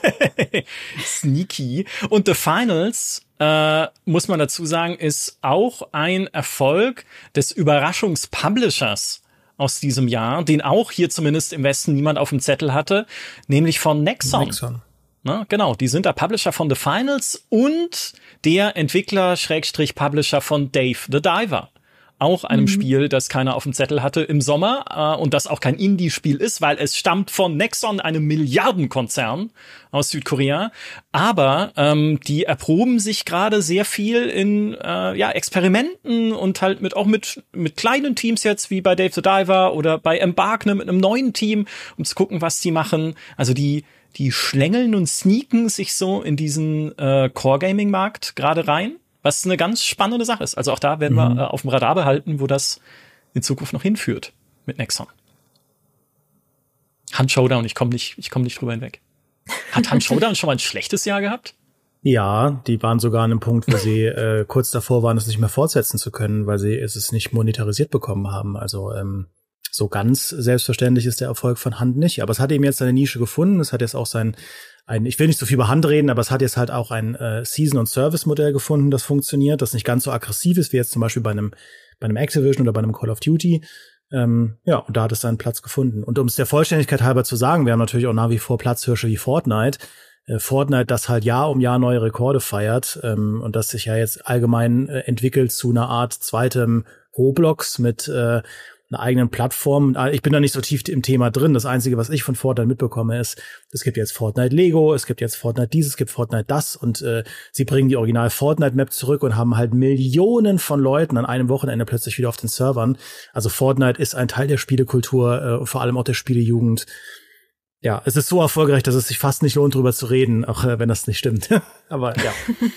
Sneaky. Und The Finals, äh, muss man dazu sagen, ist auch ein Erfolg des Überraschungspublishers aus diesem Jahr, den auch hier zumindest im Westen niemand auf dem Zettel hatte, nämlich von Nexon. Nexon. Na, genau, die sind der Publisher von The Finals und der Entwickler-Publisher von Dave the Diver. Auch einem mhm. Spiel, das keiner auf dem Zettel hatte im Sommer äh, und das auch kein Indie-Spiel ist, weil es stammt von Nexon, einem Milliardenkonzern aus Südkorea. Aber ähm, die erproben sich gerade sehr viel in äh, ja Experimenten und halt mit auch mit mit kleinen Teams jetzt wie bei Dave the Diver oder bei Embark ne, mit einem neuen Team, um zu gucken, was die machen. Also die die schlängeln und sneaken sich so in diesen äh, Core-Gaming-Markt gerade rein. Was eine ganz spannende Sache ist. Also auch da werden mhm. wir äh, auf dem Radar behalten, wo das in Zukunft noch hinführt mit Nexon. Hunt Showdown, ich komme nicht, ich komme nicht drüber hinweg. Hat Hunt Showdown schon mal ein schlechtes Jahr gehabt?
Ja, die waren sogar an einem Punkt, wo sie äh, kurz davor waren, es nicht mehr fortsetzen zu können, weil sie es nicht monetarisiert bekommen haben. Also ähm, so ganz selbstverständlich ist der Erfolg von Hand nicht. Aber es hat eben jetzt seine Nische gefunden. Es hat jetzt auch sein, ein, ich will nicht so viel über Hand reden, aber es hat jetzt halt auch ein äh, Season- und Service-Modell gefunden, das funktioniert, das nicht ganz so aggressiv ist, wie jetzt zum Beispiel bei einem, bei einem Activision oder bei einem Call of Duty. Ähm, ja, und da hat es seinen Platz gefunden. Und um es der Vollständigkeit halber zu sagen, wir haben natürlich auch nach wie vor Platzhirsche wie Fortnite. Äh, Fortnite, das halt Jahr um Jahr neue Rekorde feiert ähm, und das sich ja jetzt allgemein äh, entwickelt zu einer Art zweitem Roblox mit äh, einer eigenen Plattform. Ich bin da nicht so tief im Thema drin. Das Einzige, was ich von Fortnite mitbekomme, ist, es gibt jetzt Fortnite Lego, es gibt jetzt Fortnite dies, es gibt Fortnite das und äh, sie bringen die Original Fortnite-Map zurück und haben halt Millionen von Leuten an einem Wochenende plötzlich wieder auf den Servern. Also Fortnite ist ein Teil der Spielekultur, äh, vor allem auch der Spielejugend. Ja, es ist so erfolgreich, dass es sich fast nicht lohnt, drüber zu reden, auch äh, wenn das nicht stimmt. Aber ja.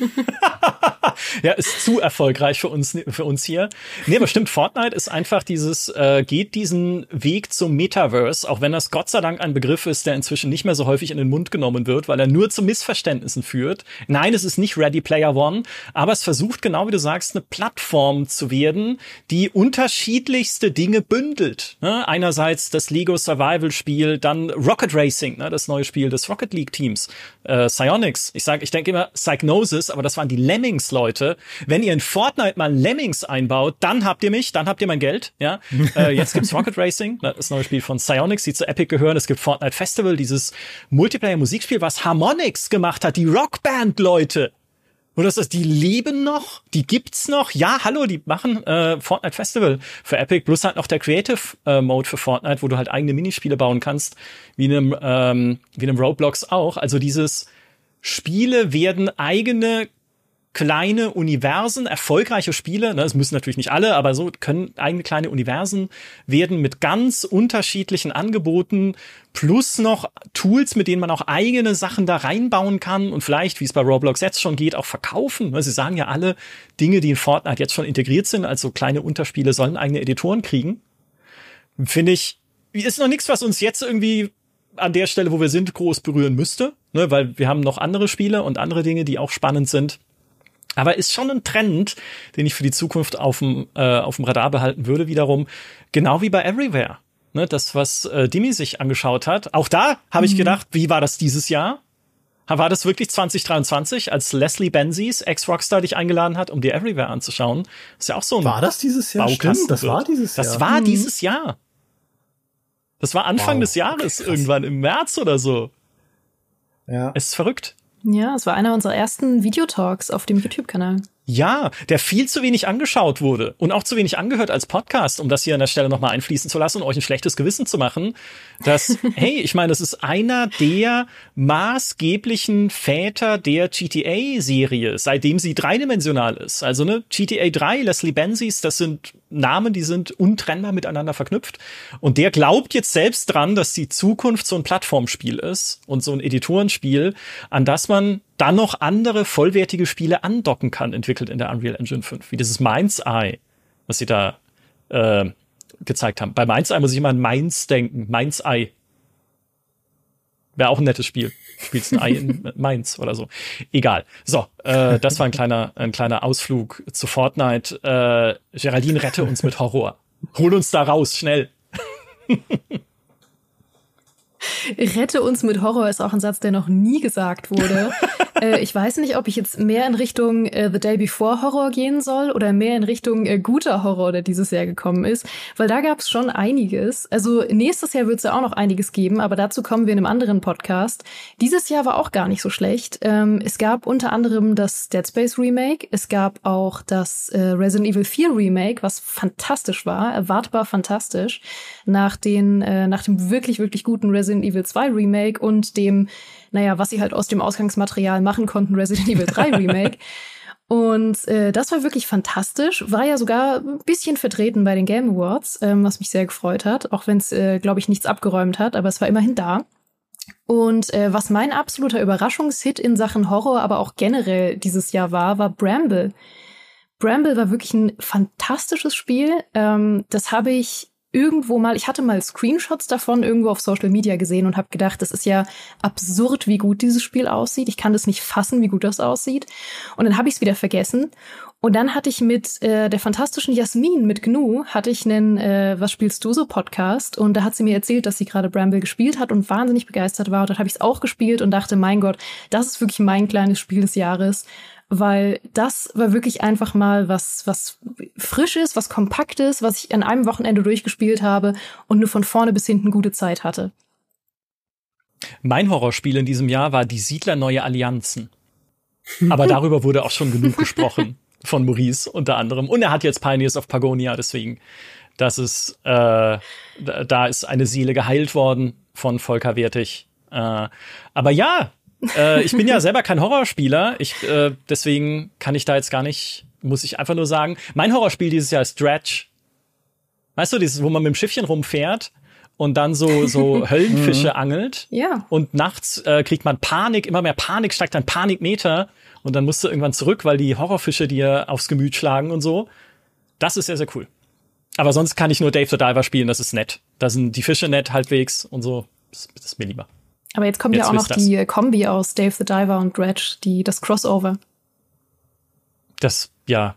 Ja, ist zu erfolgreich für uns für uns hier. Nee, aber stimmt, Fortnite ist einfach dieses, äh, geht diesen Weg zum Metaverse, auch wenn das Gott sei Dank ein Begriff ist, der inzwischen nicht mehr so häufig in den Mund genommen wird, weil er nur zu Missverständnissen führt. Nein, es ist nicht Ready Player One, aber es versucht, genau wie du sagst, eine Plattform zu werden, die unterschiedlichste Dinge bündelt. Ne? Einerseits das Lego Survival Spiel, dann Rocket Racing, ne? Das neue Spiel des Rocket League Teams, äh, Psyonix. Ich sage, ich denke immer Psygnosis, aber das waren die Lemmings, Leute. Wenn ihr in Fortnite mal Lemmings einbaut, dann habt ihr mich, dann habt ihr mein Geld. Ja, äh, jetzt gibt's Rocket Racing, das neue Spiel von Psyonix, die zu Epic gehören. Es gibt Fortnite Festival, dieses Multiplayer-Musikspiel, was Harmonix gemacht hat, die Rockband, Leute. Oder ist das, die leben noch? Die gibt's noch? Ja, hallo, die machen äh, Fortnite Festival für Epic. Plus halt noch der Creative äh, Mode für Fortnite, wo du halt eigene Minispiele bauen kannst, wie in einem, ähm, wie in einem Roblox auch. Also dieses Spiele werden eigene kleine Universen, erfolgreiche Spiele, ne, es müssen natürlich nicht alle, aber so können eigene kleine Universen werden mit ganz unterschiedlichen Angeboten plus noch Tools, mit denen man auch eigene Sachen da reinbauen kann und vielleicht, wie es bei Roblox jetzt schon geht, auch verkaufen. Sie sagen ja alle Dinge, die in Fortnite jetzt schon integriert sind, also kleine Unterspiele sollen eigene Editoren kriegen. Finde ich, ist noch nichts, was uns jetzt irgendwie an der Stelle, wo wir sind, groß berühren müsste, ne, weil wir haben noch andere Spiele und andere Dinge, die auch spannend sind. Aber ist schon ein Trend, den ich für die Zukunft auf dem äh, auf dem Radar behalten würde, wiederum, genau wie bei Everywhere. Ne, das, was äh, Dimi sich angeschaut hat. Auch da habe ich mhm. gedacht, wie war das dieses Jahr? War das wirklich zwanzig dreiundzwanzig, als Leslie Benzies, Ex-Rockstar, dich eingeladen hat, um dir Everywhere anzuschauen? Das ist ja auch so ein
War das dieses Jahr?
Baukasten.
Stimmt, das war dieses Jahr.
Das war
hm.
dieses Jahr. Das war Anfang
wow.
des Jahres,
okay,
irgendwann im März oder so.
Ja.
Es ist verrückt.
Ja, es war einer unserer ersten Videotalks auf dem YouTube-Kanal.
Ja, der viel zu wenig angeschaut wurde und auch zu wenig angehört als Podcast, um das hier an der Stelle nochmal einfließen zu lassen und euch ein schlechtes Gewissen zu machen, dass, hey, ich meine, das ist einer der maßgeblichen Väter der G T A-Serie, seitdem sie dreidimensional ist. Also ne, G T A drei, Leslie Benzies, das sind Namen, die sind untrennbar miteinander verknüpft. Und der glaubt jetzt selbst dran, dass die Zukunft so ein Plattformspiel ist und so ein Editorenspiel, an das man dann noch andere vollwertige Spiele andocken kann, entwickelt in der Unreal Engine fünf, wie dieses Mind's Eye, was sie da äh, gezeigt haben. Bei Mind's Eye muss ich immer an Mainz denken. Mind's Eye. Wäre auch ein nettes Spiel. Spielst ein Ei in Mainz oder so. Egal. So, äh, das war ein kleiner, ein kleiner Ausflug zu Fortnite. Äh, Geraldine, rette uns mit Horror. Hol uns da raus, schnell.
Rette uns mit Horror ist auch ein Satz, der noch nie gesagt wurde. äh, ich weiß nicht, ob ich jetzt mehr in Richtung äh, The Day Before Horror gehen soll oder mehr in Richtung äh, guter Horror, der dieses Jahr gekommen ist, weil da gab es schon einiges. Also nächstes Jahr wird es ja auch noch einiges geben, aber dazu kommen wir in einem anderen Podcast. Dieses Jahr war auch gar nicht so schlecht. Ähm, es gab unter anderem das Dead Space Remake, es gab auch das äh, Resident Evil vier Remake, was fantastisch war, erwartbar fantastisch, nach den äh, nach dem wirklich, wirklich guten Resident Evil zwei Remake und dem, naja, was sie halt aus dem Ausgangsmaterial machen konnten, Resident Evil drei Remake. Und äh, das war wirklich fantastisch, war ja sogar ein bisschen vertreten bei den Game Awards, ähm, was mich sehr gefreut hat, auch wenn es, äh, glaube ich, nichts abgeräumt hat, aber es war immerhin da. Und äh, was mein absoluter Überraschungshit in Sachen Horror, aber auch generell dieses Jahr war, war Bramble. Bramble war wirklich ein fantastisches Spiel. Ähm, das habe ich irgendwo mal, ich hatte mal Screenshots davon irgendwo auf Social Media gesehen und habe gedacht, das ist ja absurd, wie gut dieses Spiel aussieht. Ich kann das nicht fassen, wie gut das aussieht. Und dann habe ich es wieder vergessen. Und dann hatte ich mit äh, der fantastischen Jasmin, mit Gnu, hatte ich einen äh, Was spielst du so Podcast. Und da hat sie mir erzählt, dass sie gerade Bramble gespielt hat und wahnsinnig begeistert war. Und dann habe ich es auch gespielt und dachte, mein Gott, das ist wirklich mein kleines Spiel des Jahres. Weil das war wirklich einfach mal was, was Frisches, was Kompaktes, was ich an einem Wochenende durchgespielt habe und nur von vorne bis hinten gute Zeit hatte.
Mein Horrorspiel in diesem Jahr war Die Siedler Neue Allianzen. Aber darüber wurde auch schon genug gesprochen. Von Maurice unter anderem. Und er hat jetzt Pioneers of Pagonia, deswegen, das ist, äh, da ist eine Seele geheilt worden von Volker Wertig. Äh, aber ja, äh, ich bin ja selber kein Horrorspieler. Ich, äh, deswegen kann ich da jetzt gar nicht, muss ich einfach nur sagen, mein Horrorspiel dieses Jahr ist Dredge. Weißt du, dieses, wo man mit dem Schiffchen rumfährt und dann so, so Höllenfische angelt.
Ja.
Und nachts äh, kriegt man Panik, immer mehr Panik, steigt dann Panikmeter. Und dann musst du irgendwann zurück, weil die Horrorfische dir aufs Gemüt schlagen und so. Das ist sehr, sehr cool. Aber sonst kann ich nur Dave the Diver spielen, das ist nett. Da sind die Fische nett halbwegs und so. Das, das ist mir lieber.
Aber jetzt kommt jetzt ja auch noch das. die Kombi aus Dave the Diver und Dredge, die, das Crossover.
Das, ja,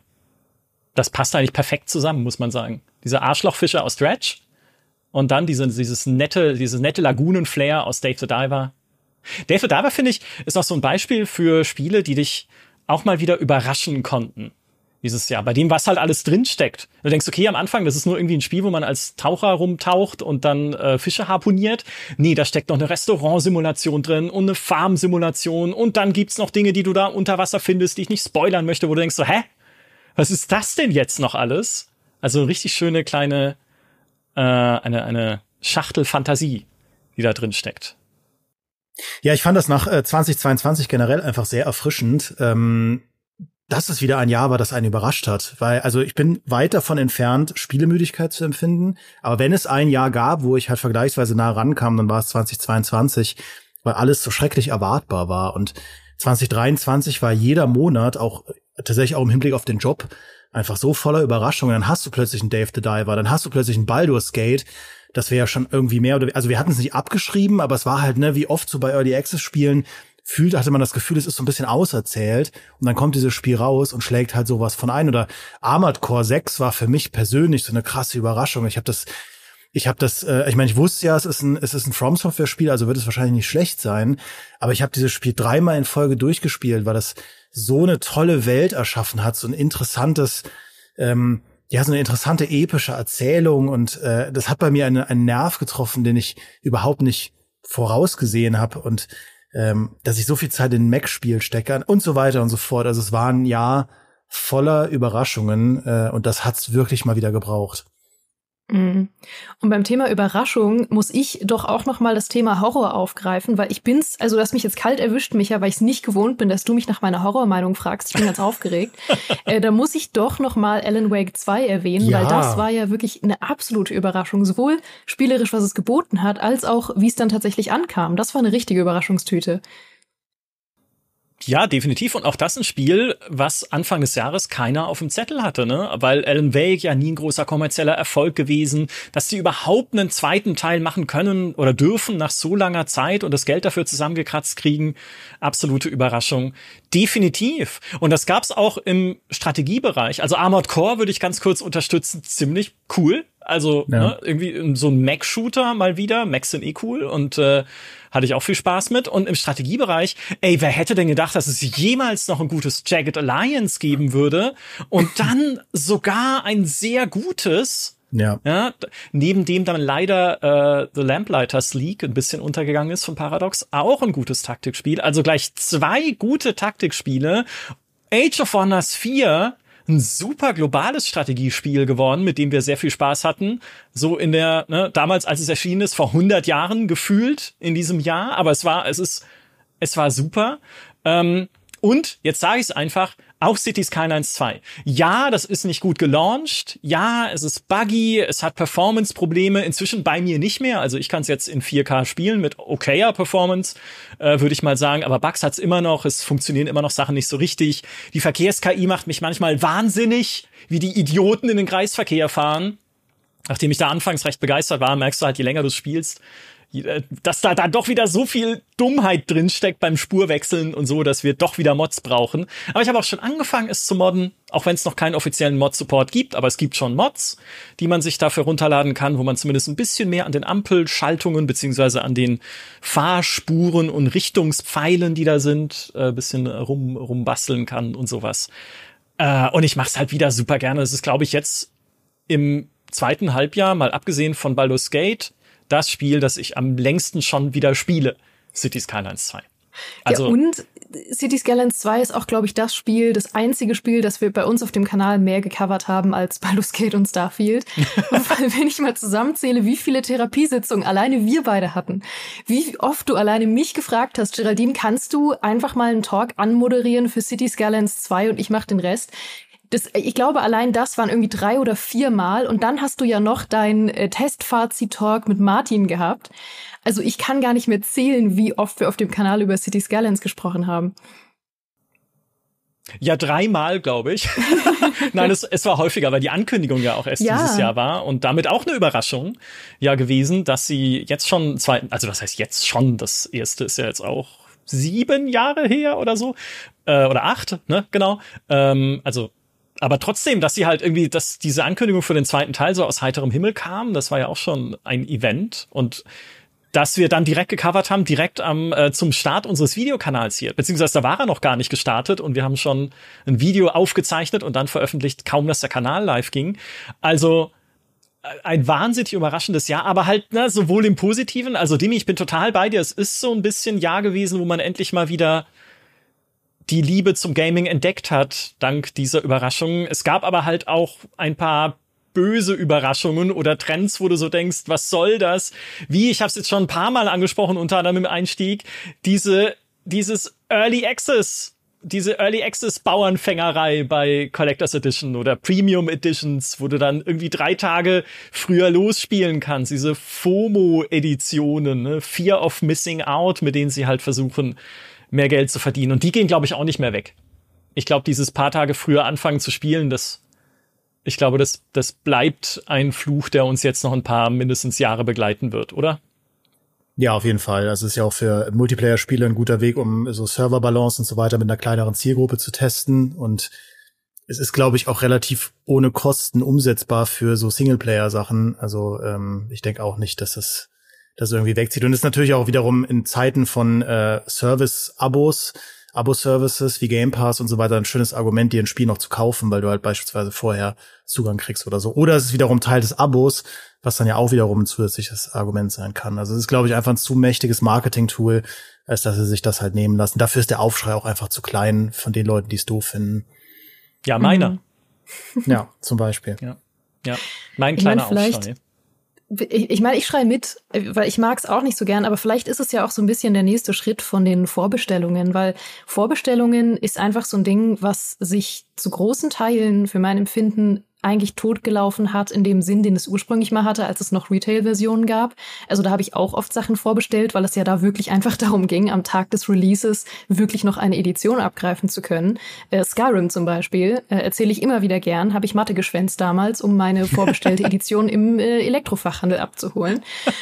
das passt eigentlich perfekt zusammen, muss man sagen. Diese Arschlochfische aus Dredge und dann diese, dieses nette, dieses nette Lagunenflair aus Dave the Diver. Dave the Diver, finde ich, ist auch so ein Beispiel für Spiele, die dich auch mal wieder überraschen konnten dieses Jahr. Bei dem, was halt alles drinsteckt. Du denkst, okay, am Anfang, das ist nur irgendwie ein Spiel, wo man als Taucher rumtaucht und dann äh, Fische harpuniert. Nee, da steckt noch eine Restaurantsimulation drin und eine Farmsimulation und dann gibt's noch Dinge, die du da unter Wasser findest, die ich nicht spoilern möchte, wo du denkst so, hä? Was ist das denn jetzt noch alles? Also eine richtig schöne kleine, äh, eine, eine Schachtel Fantasie, die da drin steckt.
Ja, ich fand das nach äh, zwanzig zweiundzwanzig generell einfach sehr erfrischend, ähm, dass es wieder ein Jahr war, das einen überrascht hat. Weil, also ich bin weit davon entfernt, Spielemüdigkeit zu empfinden. Aber wenn es ein Jahr gab, wo ich halt vergleichsweise nah rankam, dann war es zwanzig zweiundzwanzig, weil alles so schrecklich erwartbar war. Und zwanzig dreiundzwanzig war jeder Monat, auch tatsächlich auch im Hinblick auf den Job, einfach so voller Überraschungen. Dann hast du plötzlich einen Dave the Diver, dann hast du plötzlich einen Baldur's Gate. Das wäre ja schon irgendwie mehr oder also wir hatten es nicht abgeschrieben, aber es war halt, ne, wie oft so bei Early Access Spielen fühlt, hatte man das Gefühl, es ist so ein bisschen auserzählt und dann kommt dieses Spiel raus und schlägt halt sowas von ein. Oder Armored Core sechs war für mich persönlich so eine krasse Überraschung. Ich habe das ich habe das äh, ich meine, ich wusste ja, es ist ein es ist ein From Software Spiel, also wird es wahrscheinlich nicht schlecht sein, aber ich habe dieses Spiel dreimal in Folge durchgespielt, weil das so eine tolle Welt erschaffen hat, so ein interessantes ähm, ja, so eine interessante epische Erzählung und äh, das hat bei mir eine, einen Nerv getroffen, den ich überhaupt nicht vorausgesehen habe und ähm, dass ich so viel Zeit in ein Mac-Spiel stecke und so weiter und so fort. Also es war ein Jahr voller Überraschungen äh, und das hat's wirklich mal wieder gebraucht.
Und beim Thema Überraschung muss ich doch auch noch mal das Thema Horror aufgreifen, weil ich bin's, also du hast mich jetzt kalt erwischt, Micha, weil ich es nicht gewohnt bin, dass du mich nach meiner Horrormeinung fragst. Ich bin ganz aufgeregt. Äh, da muss ich doch noch mal Alan Wake zwei erwähnen, ja. Weil das war ja wirklich eine absolute Überraschung. Sowohl spielerisch, was es geboten hat, als auch, wie es dann tatsächlich ankam. Das war eine richtige Überraschungstüte.
Ja, definitiv. Und auch das ein Spiel, was Anfang des Jahres keiner auf dem Zettel hatte, ne? Weil Alan Wake ja nie ein großer kommerzieller Erfolg gewesen, dass sie überhaupt einen zweiten Teil machen können oder dürfen nach so langer Zeit und das Geld dafür zusammengekratzt kriegen. Absolute Überraschung. Definitiv. Und das gab's auch im Strategiebereich. Also Armored Core würde ich ganz kurz unterstützen. Ziemlich cool. Also ja. ne, irgendwie so ein Mac-Shooter mal wieder. Macs sind eh cool und äh, hatte ich auch viel Spaß mit. Und im Strategiebereich, ey, wer hätte denn gedacht, dass es jemals noch ein gutes Jagged Alliance geben würde? Und dann sogar ein sehr gutes, ja, ja neben dem dann leider äh, The Lamplighters League ein bisschen untergegangen ist von Paradox, auch ein gutes Taktikspiel. Also gleich zwei gute Taktikspiele. Age of Wonders vier, ein super globales Strategiespiel geworden, mit dem wir sehr viel Spaß hatten. So in der, ne, damals, als es erschienen ist, vor hundert Jahren gefühlt in diesem Jahr. Aber es war, es ist, es war super. Ähm, und, jetzt sage ich es einfach, auch Cities Skylines zwei. Ja, das ist nicht gut gelauncht. Ja, es ist buggy. Es hat Performance-Probleme. Inzwischen bei mir nicht mehr. Also ich kann es jetzt in vier K spielen mit okayer Performance, äh, würde ich mal sagen. Aber Bugs hat's immer noch. Es funktionieren immer noch Sachen nicht so richtig. Die Verkehrs-K I macht mich manchmal wahnsinnig, wie die Idioten in den Kreisverkehr fahren. Nachdem ich da anfangs recht begeistert war, merkst du halt, je länger du spielst, dass da da doch wieder so viel Dummheit drinsteckt beim Spurwechseln und so, dass wir doch wieder Mods brauchen. Aber ich habe auch schon angefangen, es zu modden, auch wenn es noch keinen offiziellen Mod-Support gibt, aber es gibt schon Mods, die man sich dafür runterladen kann, wo man zumindest ein bisschen mehr an den Ampelschaltungen beziehungsweise an den Fahrspuren und Richtungspfeilen, die da sind, ein äh, bisschen rum rumbasteln kann und sowas. Äh, und ich mache es halt wieder super gerne. Es ist, glaube ich, jetzt im zweiten Halbjahr, mal abgesehen von Baldur's Gate, das Spiel, das ich am längsten schon wieder spiele, Cities Skylines zwei.
Also, ja, und Cities Skylines zwei ist auch, glaube ich, das Spiel, das einzige Spiel, das wir bei uns auf dem Kanal mehr gecovert haben als Baldur's Gate und Starfield. Weil wenn ich mal zusammenzähle, wie viele Therapiesitzungen alleine wir beide hatten, wie oft du alleine mich gefragt hast, Geraldine, kannst du einfach mal einen Talk anmoderieren für Cities Skylines zwei und ich mach den Rest? Das, ich glaube, allein das waren irgendwie drei oder vier Mal. Und dann hast du ja noch dein äh, Testfazit-Talk mit Martin gehabt. Also ich kann gar nicht mehr zählen, wie oft wir auf dem Kanal über Cities Skylines gesprochen haben.
Ja, dreimal, glaube ich. Nein, es, es war häufiger, weil die Ankündigung ja auch erst ja. dieses Jahr war. Und damit auch eine Überraschung ja gewesen, dass sie jetzt schon zwei, also was heißt jetzt schon? Das erste ist ja jetzt auch sieben Jahre her oder so. Äh, oder acht, ne? Genau. Ähm, also aber trotzdem, dass sie halt irgendwie, dass diese Ankündigung für den zweiten Teil so aus heiterem Himmel kam, das war ja auch schon ein Event. Und dass wir dann direkt gecovert haben, direkt am äh, zum Start unseres Videokanals hier. Beziehungsweise da war er noch gar nicht gestartet und wir haben schon ein Video aufgezeichnet und dann veröffentlicht, kaum dass der Kanal live ging. Also ein wahnsinnig überraschendes Jahr, aber halt ne, sowohl im Positiven, also Dimi, ich bin total bei dir, es ist so ein bisschen Jahr gewesen, wo man endlich mal wieder die Liebe zum Gaming entdeckt hat, dank dieser Überraschungen. Es gab aber halt auch ein paar böse Überraschungen oder Trends, wo du so denkst, was soll das? Wie, ich habe es jetzt schon ein paar Mal angesprochen, unter anderem im Einstieg, diese dieses Early Access, diese Early Access Bauernfängerei bei Collectors Edition oder Premium Editions, wo du dann irgendwie drei Tage früher losspielen kannst, diese FOMO-Editionen, ne? Fear of Missing Out, mit denen sie halt versuchen, mehr Geld zu verdienen. Und die gehen, glaube ich, auch nicht mehr weg. Ich glaube, dieses paar Tage früher anfangen zu spielen, das, ich glaube, das, das bleibt ein Fluch, der uns jetzt noch ein paar mindestens Jahre begleiten wird, oder?
Ja, auf jeden Fall. Das ist ja auch für Multiplayer-Spiele ein guter Weg, um so Serverbalance und so weiter mit einer kleineren Zielgruppe zu testen. Und es ist, glaube ich, auch relativ ohne Kosten umsetzbar für so Singleplayer-Sachen. Also ähm, ich denke auch nicht, dass das das irgendwie wegzieht. Und ist natürlich auch wiederum in Zeiten von äh, Service-Abos, Abo-Services wie Game Pass und so weiter ein schönes Argument, dir ein Spiel noch zu kaufen, weil du halt beispielsweise vorher Zugang kriegst oder so. Oder es ist wiederum Teil des Abos, was dann ja auch wiederum ein zusätzliches Argument sein kann. Also es ist, glaube ich, einfach ein zu mächtiges Marketing-Tool, als dass sie sich das halt nehmen lassen. Dafür ist der Aufschrei auch einfach zu klein von den Leuten, die es doof finden.
Ja, meiner.
Mhm. Ja, zum Beispiel.
Ja, ja. Mein kleiner
ich mein,
Aufschrei.
Ich, ich meine, ich schreie mit, weil ich mag es auch nicht so gern, aber vielleicht ist es ja auch so ein bisschen der nächste Schritt von den Vorbestellungen, weil Vorbestellungen ist einfach so ein Ding, was sich zu großen Teilen für mein Empfinden eigentlich totgelaufen hat, in dem Sinn, den es ursprünglich mal hatte, als es noch Retail-Versionen gab. Also da habe ich auch oft Sachen vorbestellt, weil es ja da wirklich einfach darum ging, am Tag des Releases wirklich noch eine Edition abgreifen zu können. Äh, Skyrim zum Beispiel, äh, erzähle ich immer wieder gern, habe ich Mathe geschwänzt damals, um meine vorbestellte Edition im äh, Elektrofachhandel abzuholen.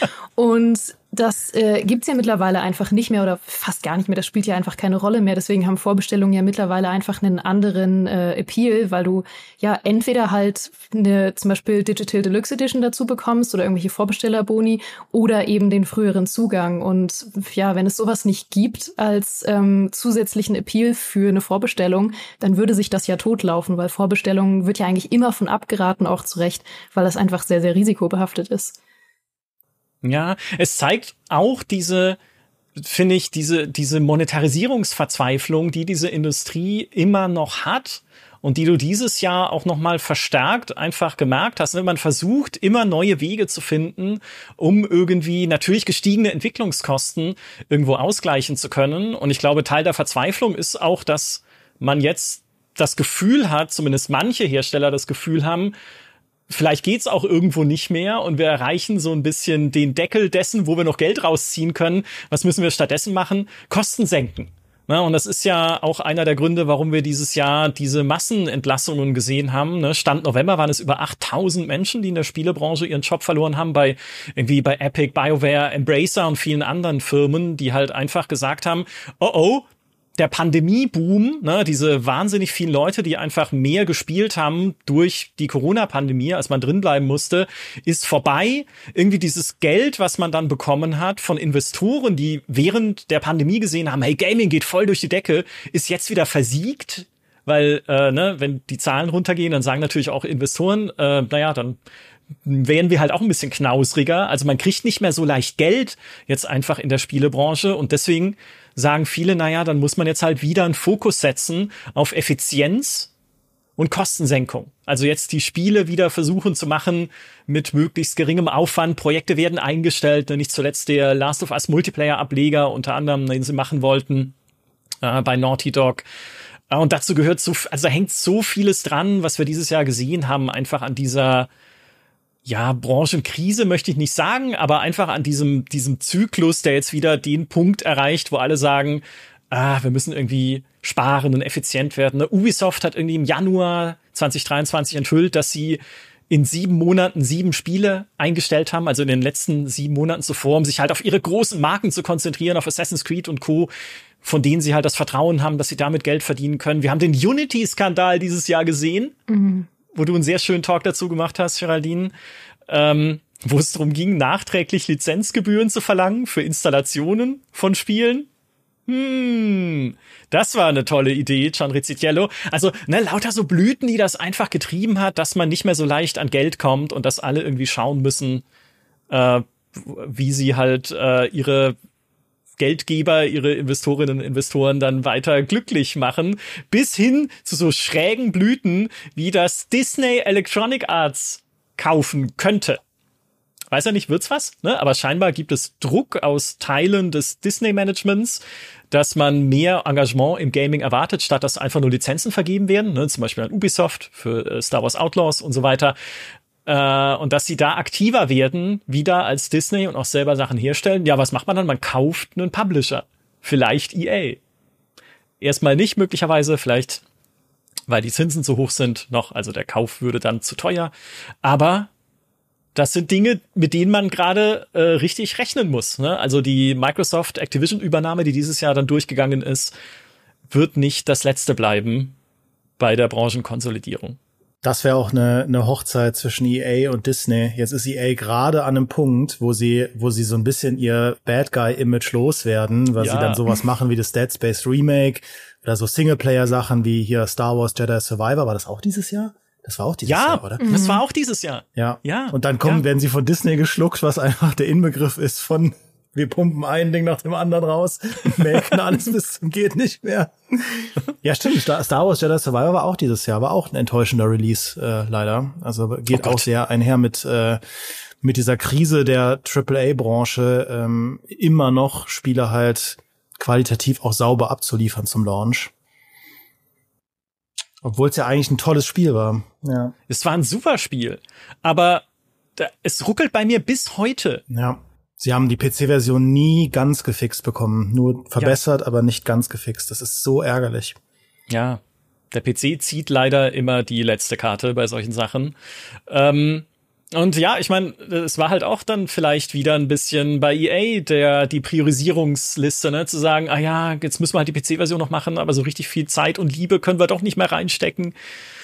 Und das äh, gibt's ja mittlerweile einfach nicht mehr oder fast gar nicht mehr. Das spielt ja einfach keine Rolle mehr. Deswegen haben Vorbestellungen ja mittlerweile einfach einen anderen äh, Appeal, weil du ja entweder halt eine zum Beispiel Digital Deluxe Edition dazu bekommst oder irgendwelche Vorbestellerboni oder eben den früheren Zugang. Und ja, wenn es sowas nicht gibt als ähm, zusätzlichen Appeal für eine Vorbestellung, dann würde sich das ja totlaufen, weil Vorbestellungen wird ja eigentlich immer von abgeraten, auch zu Recht, weil das einfach sehr, sehr risikobehaftet ist.
Ja, es zeigt auch diese, finde ich, diese, diese Monetarisierungsverzweiflung, die diese Industrie immer noch hat und die du dieses Jahr auch noch mal verstärkt einfach gemerkt hast. Man versucht, immer neue Wege zu finden, um irgendwie natürlich gestiegene Entwicklungskosten irgendwo ausgleichen zu können. Und ich glaube, Teil der Verzweiflung ist auch, dass man jetzt das Gefühl hat, zumindest manche Hersteller das Gefühl haben, vielleicht geht's auch irgendwo nicht mehr und wir erreichen so ein bisschen den Deckel dessen, wo wir noch Geld rausziehen können. Was müssen wir stattdessen machen? Kosten senken. Na, und das ist ja auch einer der Gründe, warum wir dieses Jahr diese Massenentlassungen gesehen haben. Ne? Stand November waren es über achttausend Menschen, die in der Spielebranche ihren Job verloren haben, bei irgendwie bei Epic, BioWare, Embracer und vielen anderen Firmen, die halt einfach gesagt haben, oh oh, der Pandemie-Boom, ne, diese wahnsinnig vielen Leute, die einfach mehr gespielt haben durch die Corona-Pandemie, als man drinbleiben musste, ist vorbei. Irgendwie dieses Geld, was man dann bekommen hat von Investoren, die während der Pandemie gesehen haben, hey, Gaming geht voll durch die Decke, ist jetzt wieder versiegt. Weil, äh, ne, wenn die Zahlen runtergehen, dann sagen natürlich auch Investoren, äh, naja, dann wären wir halt auch ein bisschen knausriger. Also man kriegt nicht mehr so leicht Geld jetzt einfach in der Spielebranche und deswegen sagen viele, naja, dann muss man jetzt halt wieder einen Fokus setzen auf Effizienz und Kostensenkung. Also jetzt die Spiele wieder versuchen zu machen mit möglichst geringem Aufwand. Projekte werden eingestellt, nicht zuletzt der Last of Us Multiplayer-Ableger unter anderem, den sie machen wollten äh, bei Naughty Dog. Und dazu gehört so, also da hängt so vieles dran, was wir dieses Jahr gesehen haben, einfach an dieser ja, Branchenkrise möchte ich nicht sagen, aber einfach an diesem, diesem Zyklus, der jetzt wieder den Punkt erreicht, wo alle sagen, ah, wir müssen irgendwie sparen und effizient werden. Ne? Ubisoft hat irgendwie im Januar zwanzig dreiundzwanzig enthüllt, dass sie in sieben Monaten sieben Spiele eingestellt haben, also in den letzten sieben Monaten zuvor, um sich halt auf ihre großen Marken zu konzentrieren, auf Assassin's Creed und Co., von denen sie halt das Vertrauen haben, dass sie damit Geld verdienen können. Wir haben den Unity-Skandal dieses Jahr gesehen. Mhm. Wo du einen sehr schönen Talk dazu gemacht hast, Geraldine, ähm, wo es darum ging, nachträglich Lizenzgebühren zu verlangen für Installationen von Spielen. Hm, das war eine tolle Idee, Gian Rizzitiello. Also, ne, lauter so Blüten, die das einfach getrieben hat, dass man nicht mehr so leicht an Geld kommt und dass alle irgendwie schauen müssen, äh, wie sie halt äh, ihre Geldgeber, ihre Investorinnen und Investoren dann weiter glücklich machen, bis hin zu so schrägen Blüten, wie das Disney Electronic Arts kaufen könnte. Weiß ja nicht, wird's was, ne? Aber scheinbar gibt es Druck aus Teilen des Disney-Managements, dass man mehr Engagement im Gaming erwartet, statt dass einfach nur Lizenzen vergeben werden, ne? Zum Beispiel an Ubisoft für äh, Star Wars Outlaws und so weiter. Äh, und dass sie da aktiver werden, wieder als Disney und auch selber Sachen herstellen. Ja, was macht man dann? Man kauft einen Publisher. Vielleicht E A. Erstmal nicht möglicherweise, vielleicht, weil die Zinsen zu hoch sind noch. Also der Kauf würde dann zu teuer. Aber das sind Dinge, mit denen man gerade äh, richtig rechnen muss. Ne? Also die Microsoft-Activision-Übernahme, die dieses Jahr dann durchgegangen ist, wird nicht das letzte bleiben bei der Branchenkonsolidierung.
Das wäre auch eine, eine Hochzeit zwischen E A und Disney. Jetzt ist E A gerade an einem Punkt, wo sie, wo sie so ein bisschen ihr Bad Guy-Image loswerden, weil ja. sie dann sowas machen wie das Dead Space Remake oder so Singleplayer-Sachen wie hier Star Wars Jedi Survivor. War das auch dieses Jahr? Das war auch dieses
ja,
Jahr, oder?
Mhm. Das war auch dieses Jahr.
Ja.
Ja.
Und dann kommen,
ja.
werden sie von Disney geschluckt, was einfach der Inbegriff ist von wir pumpen ein Ding nach dem anderen raus und melken alles bis zum geht nicht mehr. Ja, stimmt. Star Wars Jedi Survivor war auch dieses Jahr, war auch ein enttäuschender Release, äh, leider. Also geht oh auch sehr einher mit äh, mit dieser Krise der Triple A Branche, ähm, immer noch Spiele halt qualitativ auch sauber abzuliefern zum Launch. Obwohl es ja eigentlich ein tolles Spiel war. Ja.
Es war ein super Spiel, aber da, es ruckelt bei mir bis heute.
Ja. Sie haben die P C-Version nie ganz gefixt bekommen. Nur verbessert, ja. aber nicht ganz gefixt. Das ist so ärgerlich.
Ja, der P C zieht leider immer die letzte Karte bei solchen Sachen. Ähm, und ja, ich meine, es war halt auch dann vielleicht wieder ein bisschen bei E A der die Priorisierungsliste, ne, zu sagen, ah ja, jetzt müssen wir halt die P C-Version noch machen, aber so richtig viel Zeit und Liebe können wir doch nicht mehr reinstecken.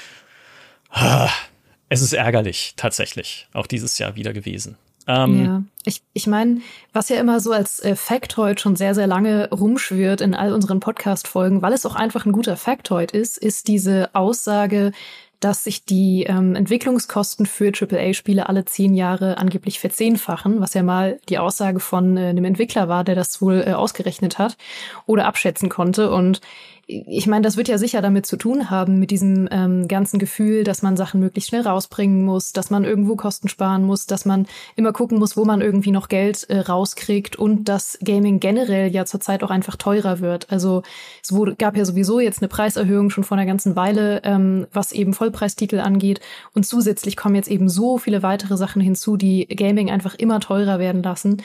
Es ist ärgerlich, tatsächlich, auch dieses Jahr wieder gewesen.
Ähm, ja, ich, ich meine, was ja immer so als äh, Factoid schon sehr, sehr lange rumschwirrt in all unseren Podcast-Folgen, weil es auch einfach ein guter Factoid ist, ist diese Aussage, dass sich die ähm, Entwicklungskosten für Triple A-Spiele alle zehn Jahre angeblich verzehnfachen, was ja mal die Aussage von äh, einem Entwickler war, der das wohl äh, ausgerechnet hat oder abschätzen konnte. Und ich meine, das wird ja sicher damit zu tun haben, mit diesem ähm, ganzen Gefühl, dass man Sachen möglichst schnell rausbringen muss, dass man irgendwo Kosten sparen muss, dass man immer gucken muss, wo man irgendwie noch Geld äh, rauskriegt und dass Gaming generell ja zurzeit auch einfach teurer wird. Also es wurde, gab ja sowieso jetzt eine Preiserhöhung schon vor einer ganzen Weile, ähm, was eben Vollpreistitel angeht. Und zusätzlich kommen jetzt eben so viele weitere Sachen hinzu, die Gaming einfach immer teurer werden lassen.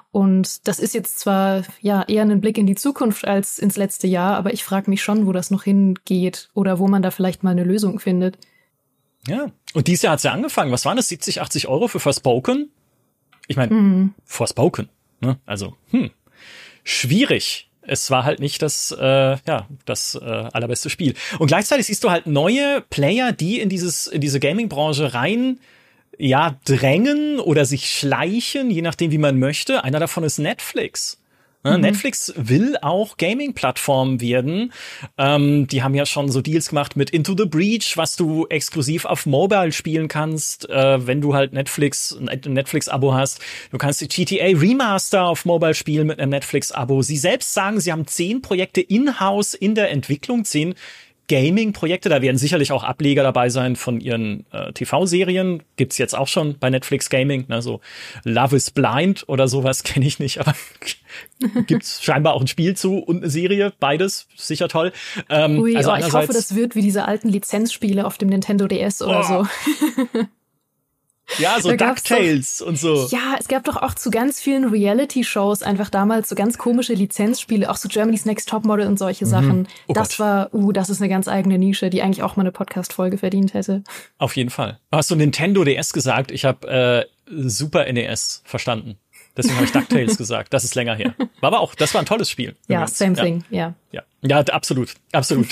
Und das ist jetzt zwar ja eher ein Blick in die Zukunft als ins letzte Jahr, aber ich frage mich schon, wo das noch hingeht oder wo man da vielleicht mal eine Lösung findet.
Ja, und dieses Jahr hat's ja angefangen. Was waren das? siebzig, achtzig Euro für Forspoken? Ich meine,
mhm.
Forspoken, ne? Also, hm, schwierig. Es war halt nicht das, äh, ja, das äh, allerbeste Spiel. Und gleichzeitig siehst du halt neue Player, die in dieses, in diese Gaming-Branche rein, ja, drängen oder sich schleichen, je nachdem, wie man möchte. Einer davon ist Netflix. Ne? Mhm. Netflix will auch Gaming-Plattform werden. Ähm, die haben ja schon so Deals gemacht mit Into the Breach, was du exklusiv auf Mobile spielen kannst, äh, wenn du halt Netflix, ein Netflix-Abo hast. Du kannst die G T A Remaster auf Mobile spielen mit einem Netflix-Abo. Sie selbst sagen, sie haben zehn Projekte in-house in der Entwicklung, zehn Gaming-Projekte, da werden sicherlich auch Ableger dabei sein von ihren äh, T V-Serien. Gibt's jetzt auch schon bei Netflix Gaming, ne, so Love is Blind oder sowas kenne ich nicht, aber gibt's scheinbar auch ein Spiel zu und eine Serie, beides, sicher toll. Ähm,
Ui,
also
oh, ich hoffe, das wird wie diese alten Lizenzspiele auf dem Nintendo D S oder
oh.
so.
Ja, so DuckTales doch, und so.
Ja, es gab doch auch zu ganz vielen Reality-Shows einfach damals so ganz komische Lizenzspiele, auch so Germany's Next Topmodel und solche mhm. Sachen. Oh das Gott. war, uh, das ist eine ganz eigene Nische, die eigentlich auch mal eine Podcast-Folge verdient hätte.
Auf jeden Fall. Hast du Nintendo D S gesagt? Ich habe äh, Super N E S verstanden. Deswegen habe ich DuckTales gesagt. Das ist länger her. War aber auch, das war ein tolles Spiel.
Ja, same ja. thing, ja.
Ja, ja, absolut, absolut.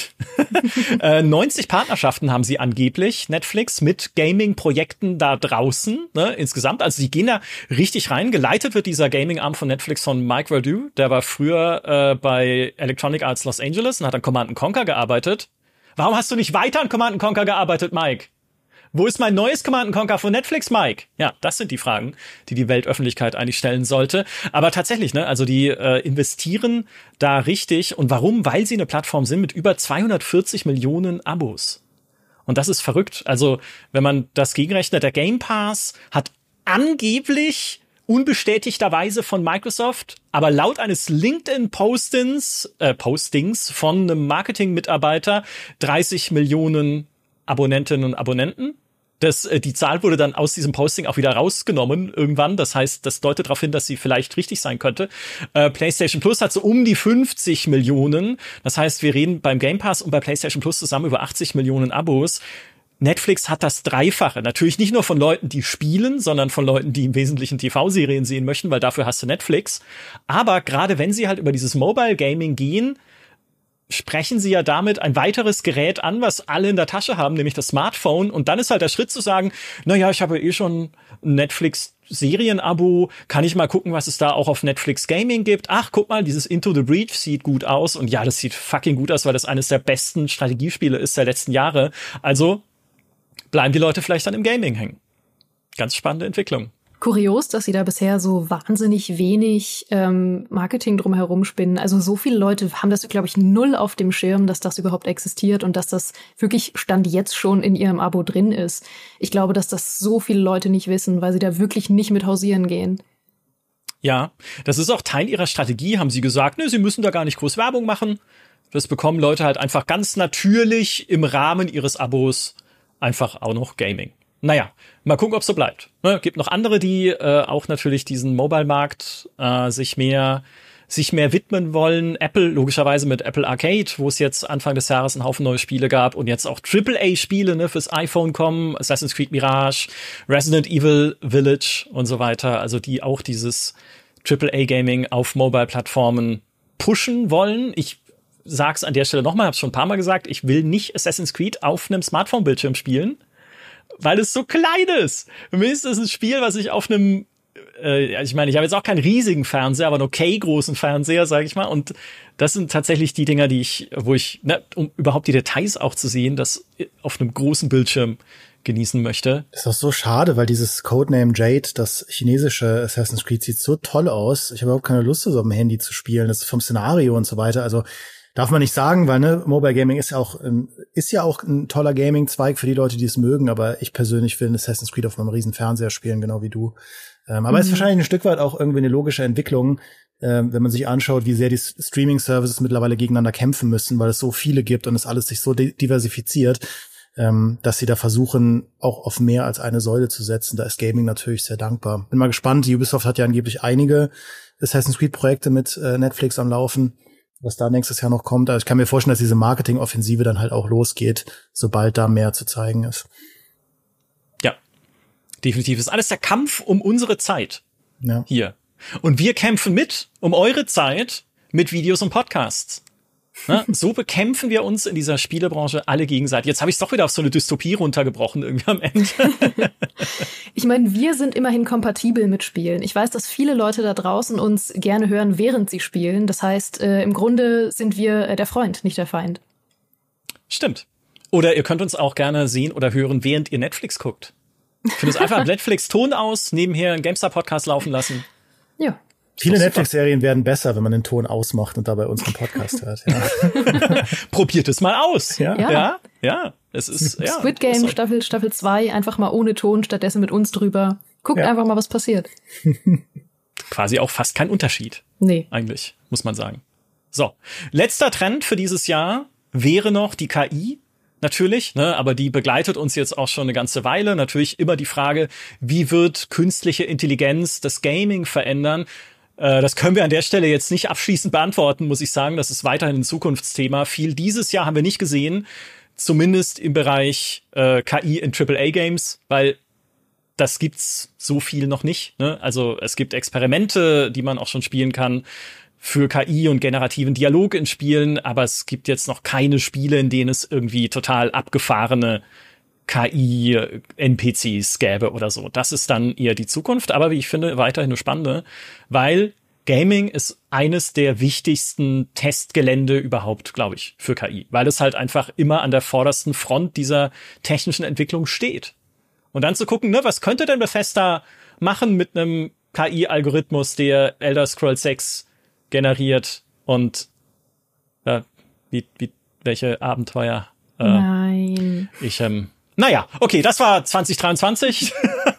äh, neunzig Partnerschaften haben sie angeblich, Netflix, mit Gaming-Projekten da draußen, ne, insgesamt. Also die gehen da richtig rein. Geleitet wird dieser Gaming-Arm von Netflix von Mike Verdu. Der war früher äh, bei Electronic Arts Los Angeles und hat an Command and Conquer gearbeitet. Warum hast du nicht weiter an Command and Conquer gearbeitet, Mike? Wo ist mein neues Command and Conquer von Netflix, Mike? Ja, das sind die Fragen, die die Weltöffentlichkeit eigentlich stellen sollte. Aber tatsächlich, ne, also die äh, investieren da richtig. Und warum? Weil sie eine Plattform sind mit über zweihundertvierzig Millionen Abos. Und das ist verrückt. Also, wenn man das gegenrechnet, der Game Pass hat angeblich unbestätigterweise von Microsoft, aber laut eines LinkedIn-Postings, äh, Postings von einem Marketing-Mitarbeiter dreißig Millionen Abonnentinnen und Abonnenten. Das, äh, die Zahl wurde dann aus diesem Posting auch wieder rausgenommen irgendwann. Das heißt, das deutet darauf hin, dass sie vielleicht richtig sein könnte. Äh, PlayStation Plus hat so um die fünfzig Millionen. Das heißt, wir reden beim Game Pass und bei PlayStation Plus zusammen über achtzig Millionen Abos. Netflix hat das Dreifache. Natürlich nicht nur von Leuten, die spielen, sondern von Leuten, die im Wesentlichen T V-Serien sehen möchten, weil dafür hast du Netflix. Aber gerade wenn sie halt über dieses Mobile Gaming gehen, sprechen sie ja damit ein weiteres Gerät an, was alle in der Tasche haben, nämlich das Smartphone. Und dann ist halt der Schritt zu sagen, na ja, ich habe eh schon ein Netflix-Serien-Abo, kann ich mal gucken, was es da auch auf Netflix Gaming gibt. Ach, guck mal, dieses Into the Breach sieht gut aus. Und ja, das sieht fucking gut aus, weil das eines der besten Strategiespiele ist der letzten Jahre. Also bleiben die Leute vielleicht dann im Gaming hängen. Ganz spannende Entwicklung.
Kurios, dass sie da bisher so wahnsinnig wenig ähm, Marketing drumherum spinnen. Also so viele Leute haben das, glaube ich, null auf dem Schirm, dass das überhaupt existiert und dass das wirklich Stand jetzt schon in ihrem Abo drin ist. Ich glaube, dass das so viele Leute nicht wissen, weil sie da wirklich nicht mit hausieren gehen.
Ja, das ist auch Teil ihrer Strategie, haben sie gesagt, ne, sie müssen da gar nicht groß Werbung machen. Das bekommen Leute halt einfach ganz natürlich im Rahmen ihres Abos einfach auch noch Gaming. Naja, mal gucken, ob es so bleibt. Ne, gibt noch andere, die äh, auch natürlich diesen Mobile-Markt äh, sich mehr sich mehr widmen wollen. Apple, logischerweise mit Apple Arcade, wo es jetzt Anfang des Jahres einen Haufen neue Spiele gab und jetzt auch Triple A Spiele ne, fürs iPhone kommen, Assassin's Creed Mirage, Resident Evil Village und so weiter. Also die auch dieses Triple A Gaming auf Mobile-Plattformen pushen wollen. Ich sag's an der Stelle nochmal, hab's schon ein paar Mal gesagt, ich will nicht Assassin's Creed auf einem Smartphone-Bildschirm spielen, weil es so klein ist. Für mich ist das ein Spiel, was ich auf einem, äh, ich meine, ich habe jetzt auch keinen riesigen Fernseher, aber einen okay großen Fernseher, sage ich mal. Und das sind tatsächlich die Dinger, die ich, wo ich, ne, um überhaupt die Details auch zu sehen, das auf einem großen Bildschirm genießen möchte.
Das ist doch so schade, weil dieses Codename Jade, das chinesische Assassin's Creed, sieht so toll aus. Ich habe überhaupt keine Lust, das auf dem Handy zu spielen. Das ist vom Szenario und so weiter. Also darf man nicht sagen, weil ne, Mobile Gaming ist ja auch ist ja auch ein toller Gaming-Zweig für die Leute, die es mögen, aber ich persönlich will Assassin's Creed auf meinem riesen Fernseher spielen, genau wie du. Ähm, aber es mhm. ist wahrscheinlich ein Stück weit auch irgendwie eine logische Entwicklung, ähm, wenn man sich anschaut, wie sehr die Streaming-Services mittlerweile gegeneinander kämpfen müssen, weil es so viele gibt und es alles sich so diversifiziert, ähm, dass sie da versuchen, auch auf mehr als eine Säule zu setzen. Da ist Gaming natürlich sehr dankbar. Bin mal gespannt, Ubisoft hat ja angeblich einige Assassin's Creed-Projekte mit äh, Netflix am Laufen, was da nächstes Jahr noch kommt. Also ich kann mir vorstellen, dass diese Marketing-Offensive dann halt auch losgeht, sobald da mehr zu zeigen ist.
Ja, definitiv. Das ist alles der Kampf um unsere Zeit.
Ja.
Hier. Und wir kämpfen mit um eure Zeit mit Videos und Podcasts. Ne? So bekämpfen wir uns in dieser Spielebranche alle gegenseitig. Jetzt habe ich es doch wieder auf so eine Dystopie runtergebrochen irgendwie am Ende.
Ich meine, wir sind immerhin kompatibel mit Spielen. Ich weiß, dass viele Leute da draußen uns gerne hören, während sie spielen. Das heißt, äh, im Grunde sind wir äh, der Freund, nicht der Feind.
Stimmt. Oder ihr könnt uns auch gerne sehen oder hören, während ihr Netflix guckt. Ich finde es einfach Netflix Ton aus, nebenher einen GameStar-Podcast laufen lassen.
Ja.
Viele Netflix-Serien werden besser, wenn man den Ton ausmacht und dabei unseren Podcast hört. Ja.
Probiert es mal aus.
Ja,
ja.
ja. ja. Es ist, ja,
Squid Game
so.
Staffel Staffel zwei, einfach mal ohne Ton, stattdessen mit uns drüber. Guckt
Ja.
einfach mal, was passiert.
Quasi auch fast kein Unterschied.
Nee.
Eigentlich, muss man sagen. So, letzter Trend für dieses Jahr wäre noch die K I. Natürlich, ne, aber die begleitet uns jetzt auch schon eine ganze Weile. Natürlich immer die Frage, wie wird künstliche Intelligenz das Gaming verändern? Äh, das können wir an der Stelle jetzt nicht abschließend beantworten, muss ich sagen. Das ist weiterhin ein Zukunftsthema. Viel dieses Jahr haben wir nicht gesehen, zumindest im Bereich äh, K I in Triple A Games, weil das gibt's so viel noch nicht. Ne? Also es gibt Experimente, die man auch schon spielen kann für K I und generativen Dialog in Spielen, aber es gibt jetzt noch keine Spiele, in denen es irgendwie total abgefahrene K I-N P Cs gäbe oder so. Das ist dann eher die Zukunft, aber wie ich finde, weiterhin eine spannende, weil Gaming ist eines der wichtigsten Testgelände überhaupt, glaube ich, für K I, weil es halt einfach immer an der vordersten Front dieser technischen Entwicklung steht. Und dann zu gucken, ne, was könnte denn Bethesda machen mit einem K I-Algorithmus, der Elder Scrolls sechs generiert und äh, wie, wie, welche Abenteuer äh,
Nein.
ich, ähm, naja, okay, das war zwanzig dreiundzwanzig.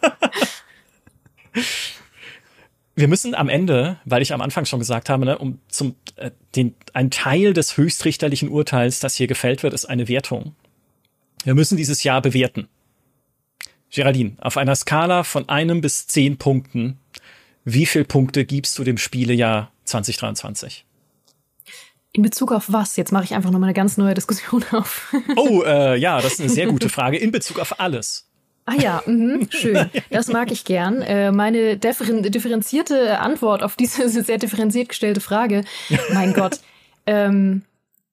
Wir müssen am Ende, weil ich am Anfang schon gesagt habe, ne, um zum äh, den ein Teil des höchstrichterlichen Urteils, das hier gefällt wird, ist eine Wertung. Wir müssen dieses Jahr bewerten. Geraldine, auf einer Skala von einem bis zehn Punkten, wie viel Punkte gibst du dem Spielejahr zwanzig dreiundzwanzig?
In Bezug auf was? Jetzt mache ich einfach nochmal eine ganz neue Diskussion auf.
Oh, äh, ja, das ist eine sehr gute Frage. In Bezug auf alles.
Ah ja, mh, schön. Das mag ich gern. Äh, meine differen- differenzierte Antwort auf diese sehr differenziert gestellte Frage, mein Gott, ähm,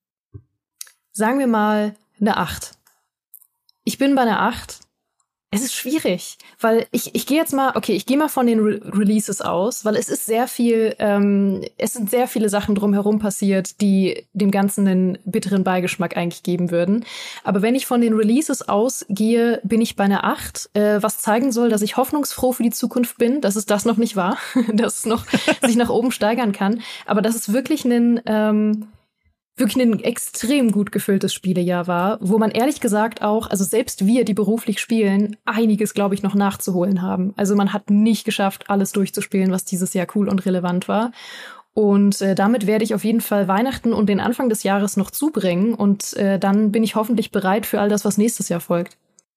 sagen wir mal eine acht. Ich bin bei einer acht. Es ist schwierig, weil ich ich gehe jetzt mal, okay, ich gehe mal von den Re- Releases aus, weil es ist sehr viel, ähm, es sind sehr viele Sachen drumherum passiert, die dem Ganzen einen bitteren Beigeschmack eigentlich geben würden. Aber wenn ich von den Releases ausgehe, bin ich bei einer acht, äh, was zeigen soll, dass ich hoffnungsfroh für die Zukunft bin, dass es das noch nicht war, dass es noch sich nach oben steigern kann. Aber dass es wirklich ein ähm, wirklich ein extrem gut gefülltes Spielejahr war, wo man ehrlich gesagt auch, also selbst wir, die beruflich spielen, einiges, glaube ich, noch nachzuholen haben. Also man hat nicht geschafft, alles durchzuspielen, was dieses Jahr cool und relevant war. Und äh, damit werde ich auf jeden Fall Weihnachten und den Anfang des Jahres noch zubringen. Und äh, dann bin ich hoffentlich bereit für all das, was nächstes Jahr folgt.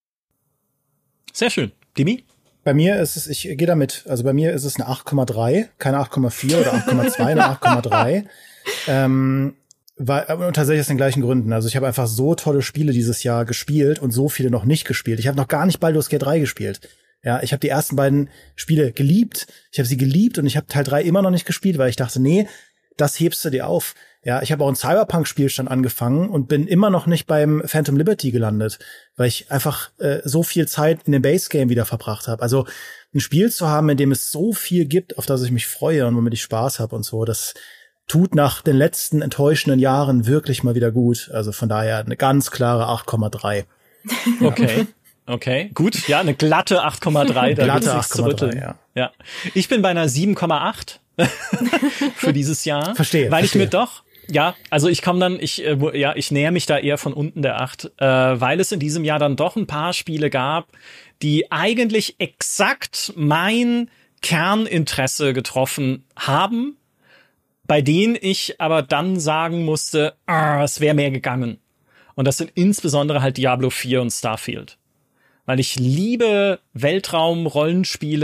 Sehr schön. Dimi?
Bei mir ist es, ich gehe damit, also bei mir ist es eine acht Komma drei, keine acht Komma vier oder acht Komma zwei, eine acht Komma drei. ähm, Weil, und tatsächlich aus den gleichen Gründen. Also ich habe einfach so tolle Spiele dieses Jahr gespielt und so viele noch nicht gespielt. Ich habe noch gar nicht Baldur's Gate drei gespielt. Ja, ich habe die ersten beiden Spiele geliebt. Ich habe sie geliebt und ich habe Teil drei immer noch nicht gespielt, weil ich dachte, nee, das hebst du dir auf. Ja, ich habe auch einen Cyberpunk-Spielstand angefangen und bin immer noch nicht beim Phantom Liberty gelandet, weil ich einfach äh, so viel Zeit in dem Base-Game wieder verbracht habe. Also ein Spiel zu haben, in dem es so viel gibt, auf das ich mich freue und womit ich Spaß habe und so, das tut nach den letzten enttäuschenden Jahren wirklich mal wieder gut. Also von daher eine ganz klare acht Komma drei.
Okay, okay, gut. Ja, eine glatte acht Komma drei. Da
glatte
acht Komma drei,
ja.
ja. Ich bin bei einer sieben Komma acht für dieses Jahr.
Verstehe,
Weil
verstehe.
ich mir doch, ja, also ich komme dann, ich, äh, ja, ich näher mich da eher von unten der acht, äh, weil es in diesem Jahr dann doch ein paar Spiele gab, die eigentlich exakt mein Kerninteresse getroffen haben, bei denen ich aber dann sagen musste, ah, es wäre mehr gegangen. Und das sind insbesondere halt Diablo vier und Starfield. Weil ich liebe Weltraum-Rollenspiele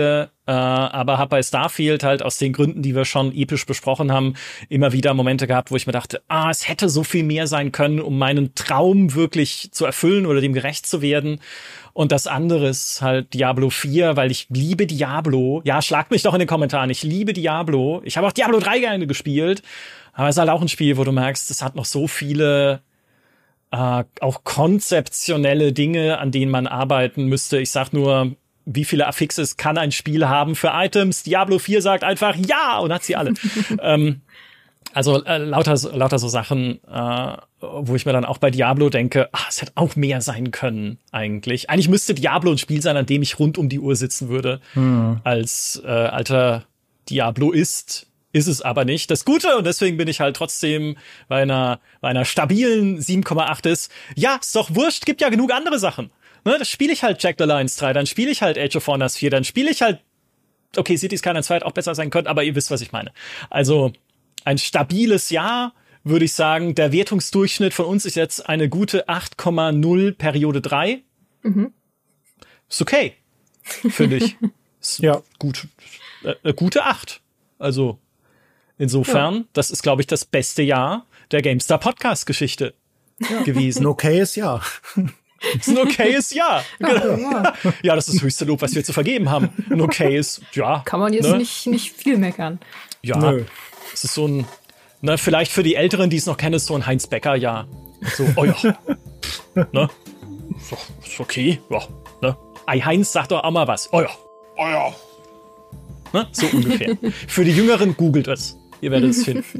Äh, aber habe bei Starfield halt aus den Gründen, die wir schon episch besprochen haben, immer wieder Momente gehabt, wo ich mir dachte, ah, es hätte so viel mehr sein können, um meinen Traum wirklich zu erfüllen oder dem gerecht zu werden. Und das andere ist halt Diablo vier, weil ich liebe Diablo. Ja, schlagt mich doch in den Kommentaren. Ich liebe Diablo. Ich habe auch Diablo drei gerne gespielt. Aber es ist halt auch ein Spiel, wo du merkst, es hat noch so viele äh, auch konzeptionelle Dinge, an denen man arbeiten müsste. Ich sag nur, wie viele Affixes kann ein Spiel haben für Items? Diablo vier sagt einfach ja und hat sie alle. ähm, also äh, lauter, lauter so Sachen, äh, wo ich mir dann auch bei Diablo denke, ach, es hätte auch mehr sein können eigentlich. Eigentlich müsste Diablo ein Spiel sein, an dem ich rund um die Uhr sitzen würde. Hm. Als äh, alter Diabloist ist es aber nicht. Das Gute, und deswegen bin ich halt trotzdem bei einer, bei einer stabilen sieben Komma acht ist, ja, ist doch wurscht, gibt ja genug andere Sachen. Ne, das spiele ich halt Jack the Lions drei, dann spiele ich halt Age of Wonders vier, dann spiele ich halt, okay, Cities Skylines zwei hätte auch besser sein können, aber ihr wisst, was ich meine. Also ein stabiles Jahr, würde ich sagen. Der Wertungsdurchschnitt von uns ist jetzt eine gute acht Komma null Periode drei. Mhm. Ist okay, finde ich. Ist ja. Gut, äh, gute acht. Also insofern, ja. Das ist, glaube ich, das beste Jahr der GameStar-Podcast-Geschichte ja. gewesen.
Ein okayes Jahr.
Das ist ein okayes Jahr. Ja, ja. Ja, das ist das höchste Lob, was wir zu vergeben haben. Ein okayes, ja.
Kann man jetzt ne? nicht, nicht viel meckern.
Ja, Nö. Es ist so ein, ne, vielleicht für die Älteren, die es noch kennen, ist so ein Heinz-Becker-Jahr. So, oh ja. Ne? So, ist okay, ja. Ne? Ei, Heinz sagt doch auch mal was. Oh ja. Oh ja. Ne? So ungefähr. Für die Jüngeren googelt es. Ihr werdet es finden.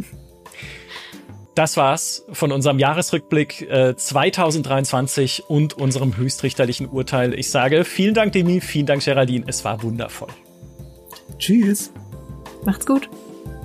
Das war's von unserem Jahresrückblick äh, zwanzig dreiundzwanzig und unserem höchstrichterlichen Urteil. Ich sage vielen Dank, Demi, vielen Dank, Geraldine. Es war wundervoll.
Tschüss.
Macht's gut.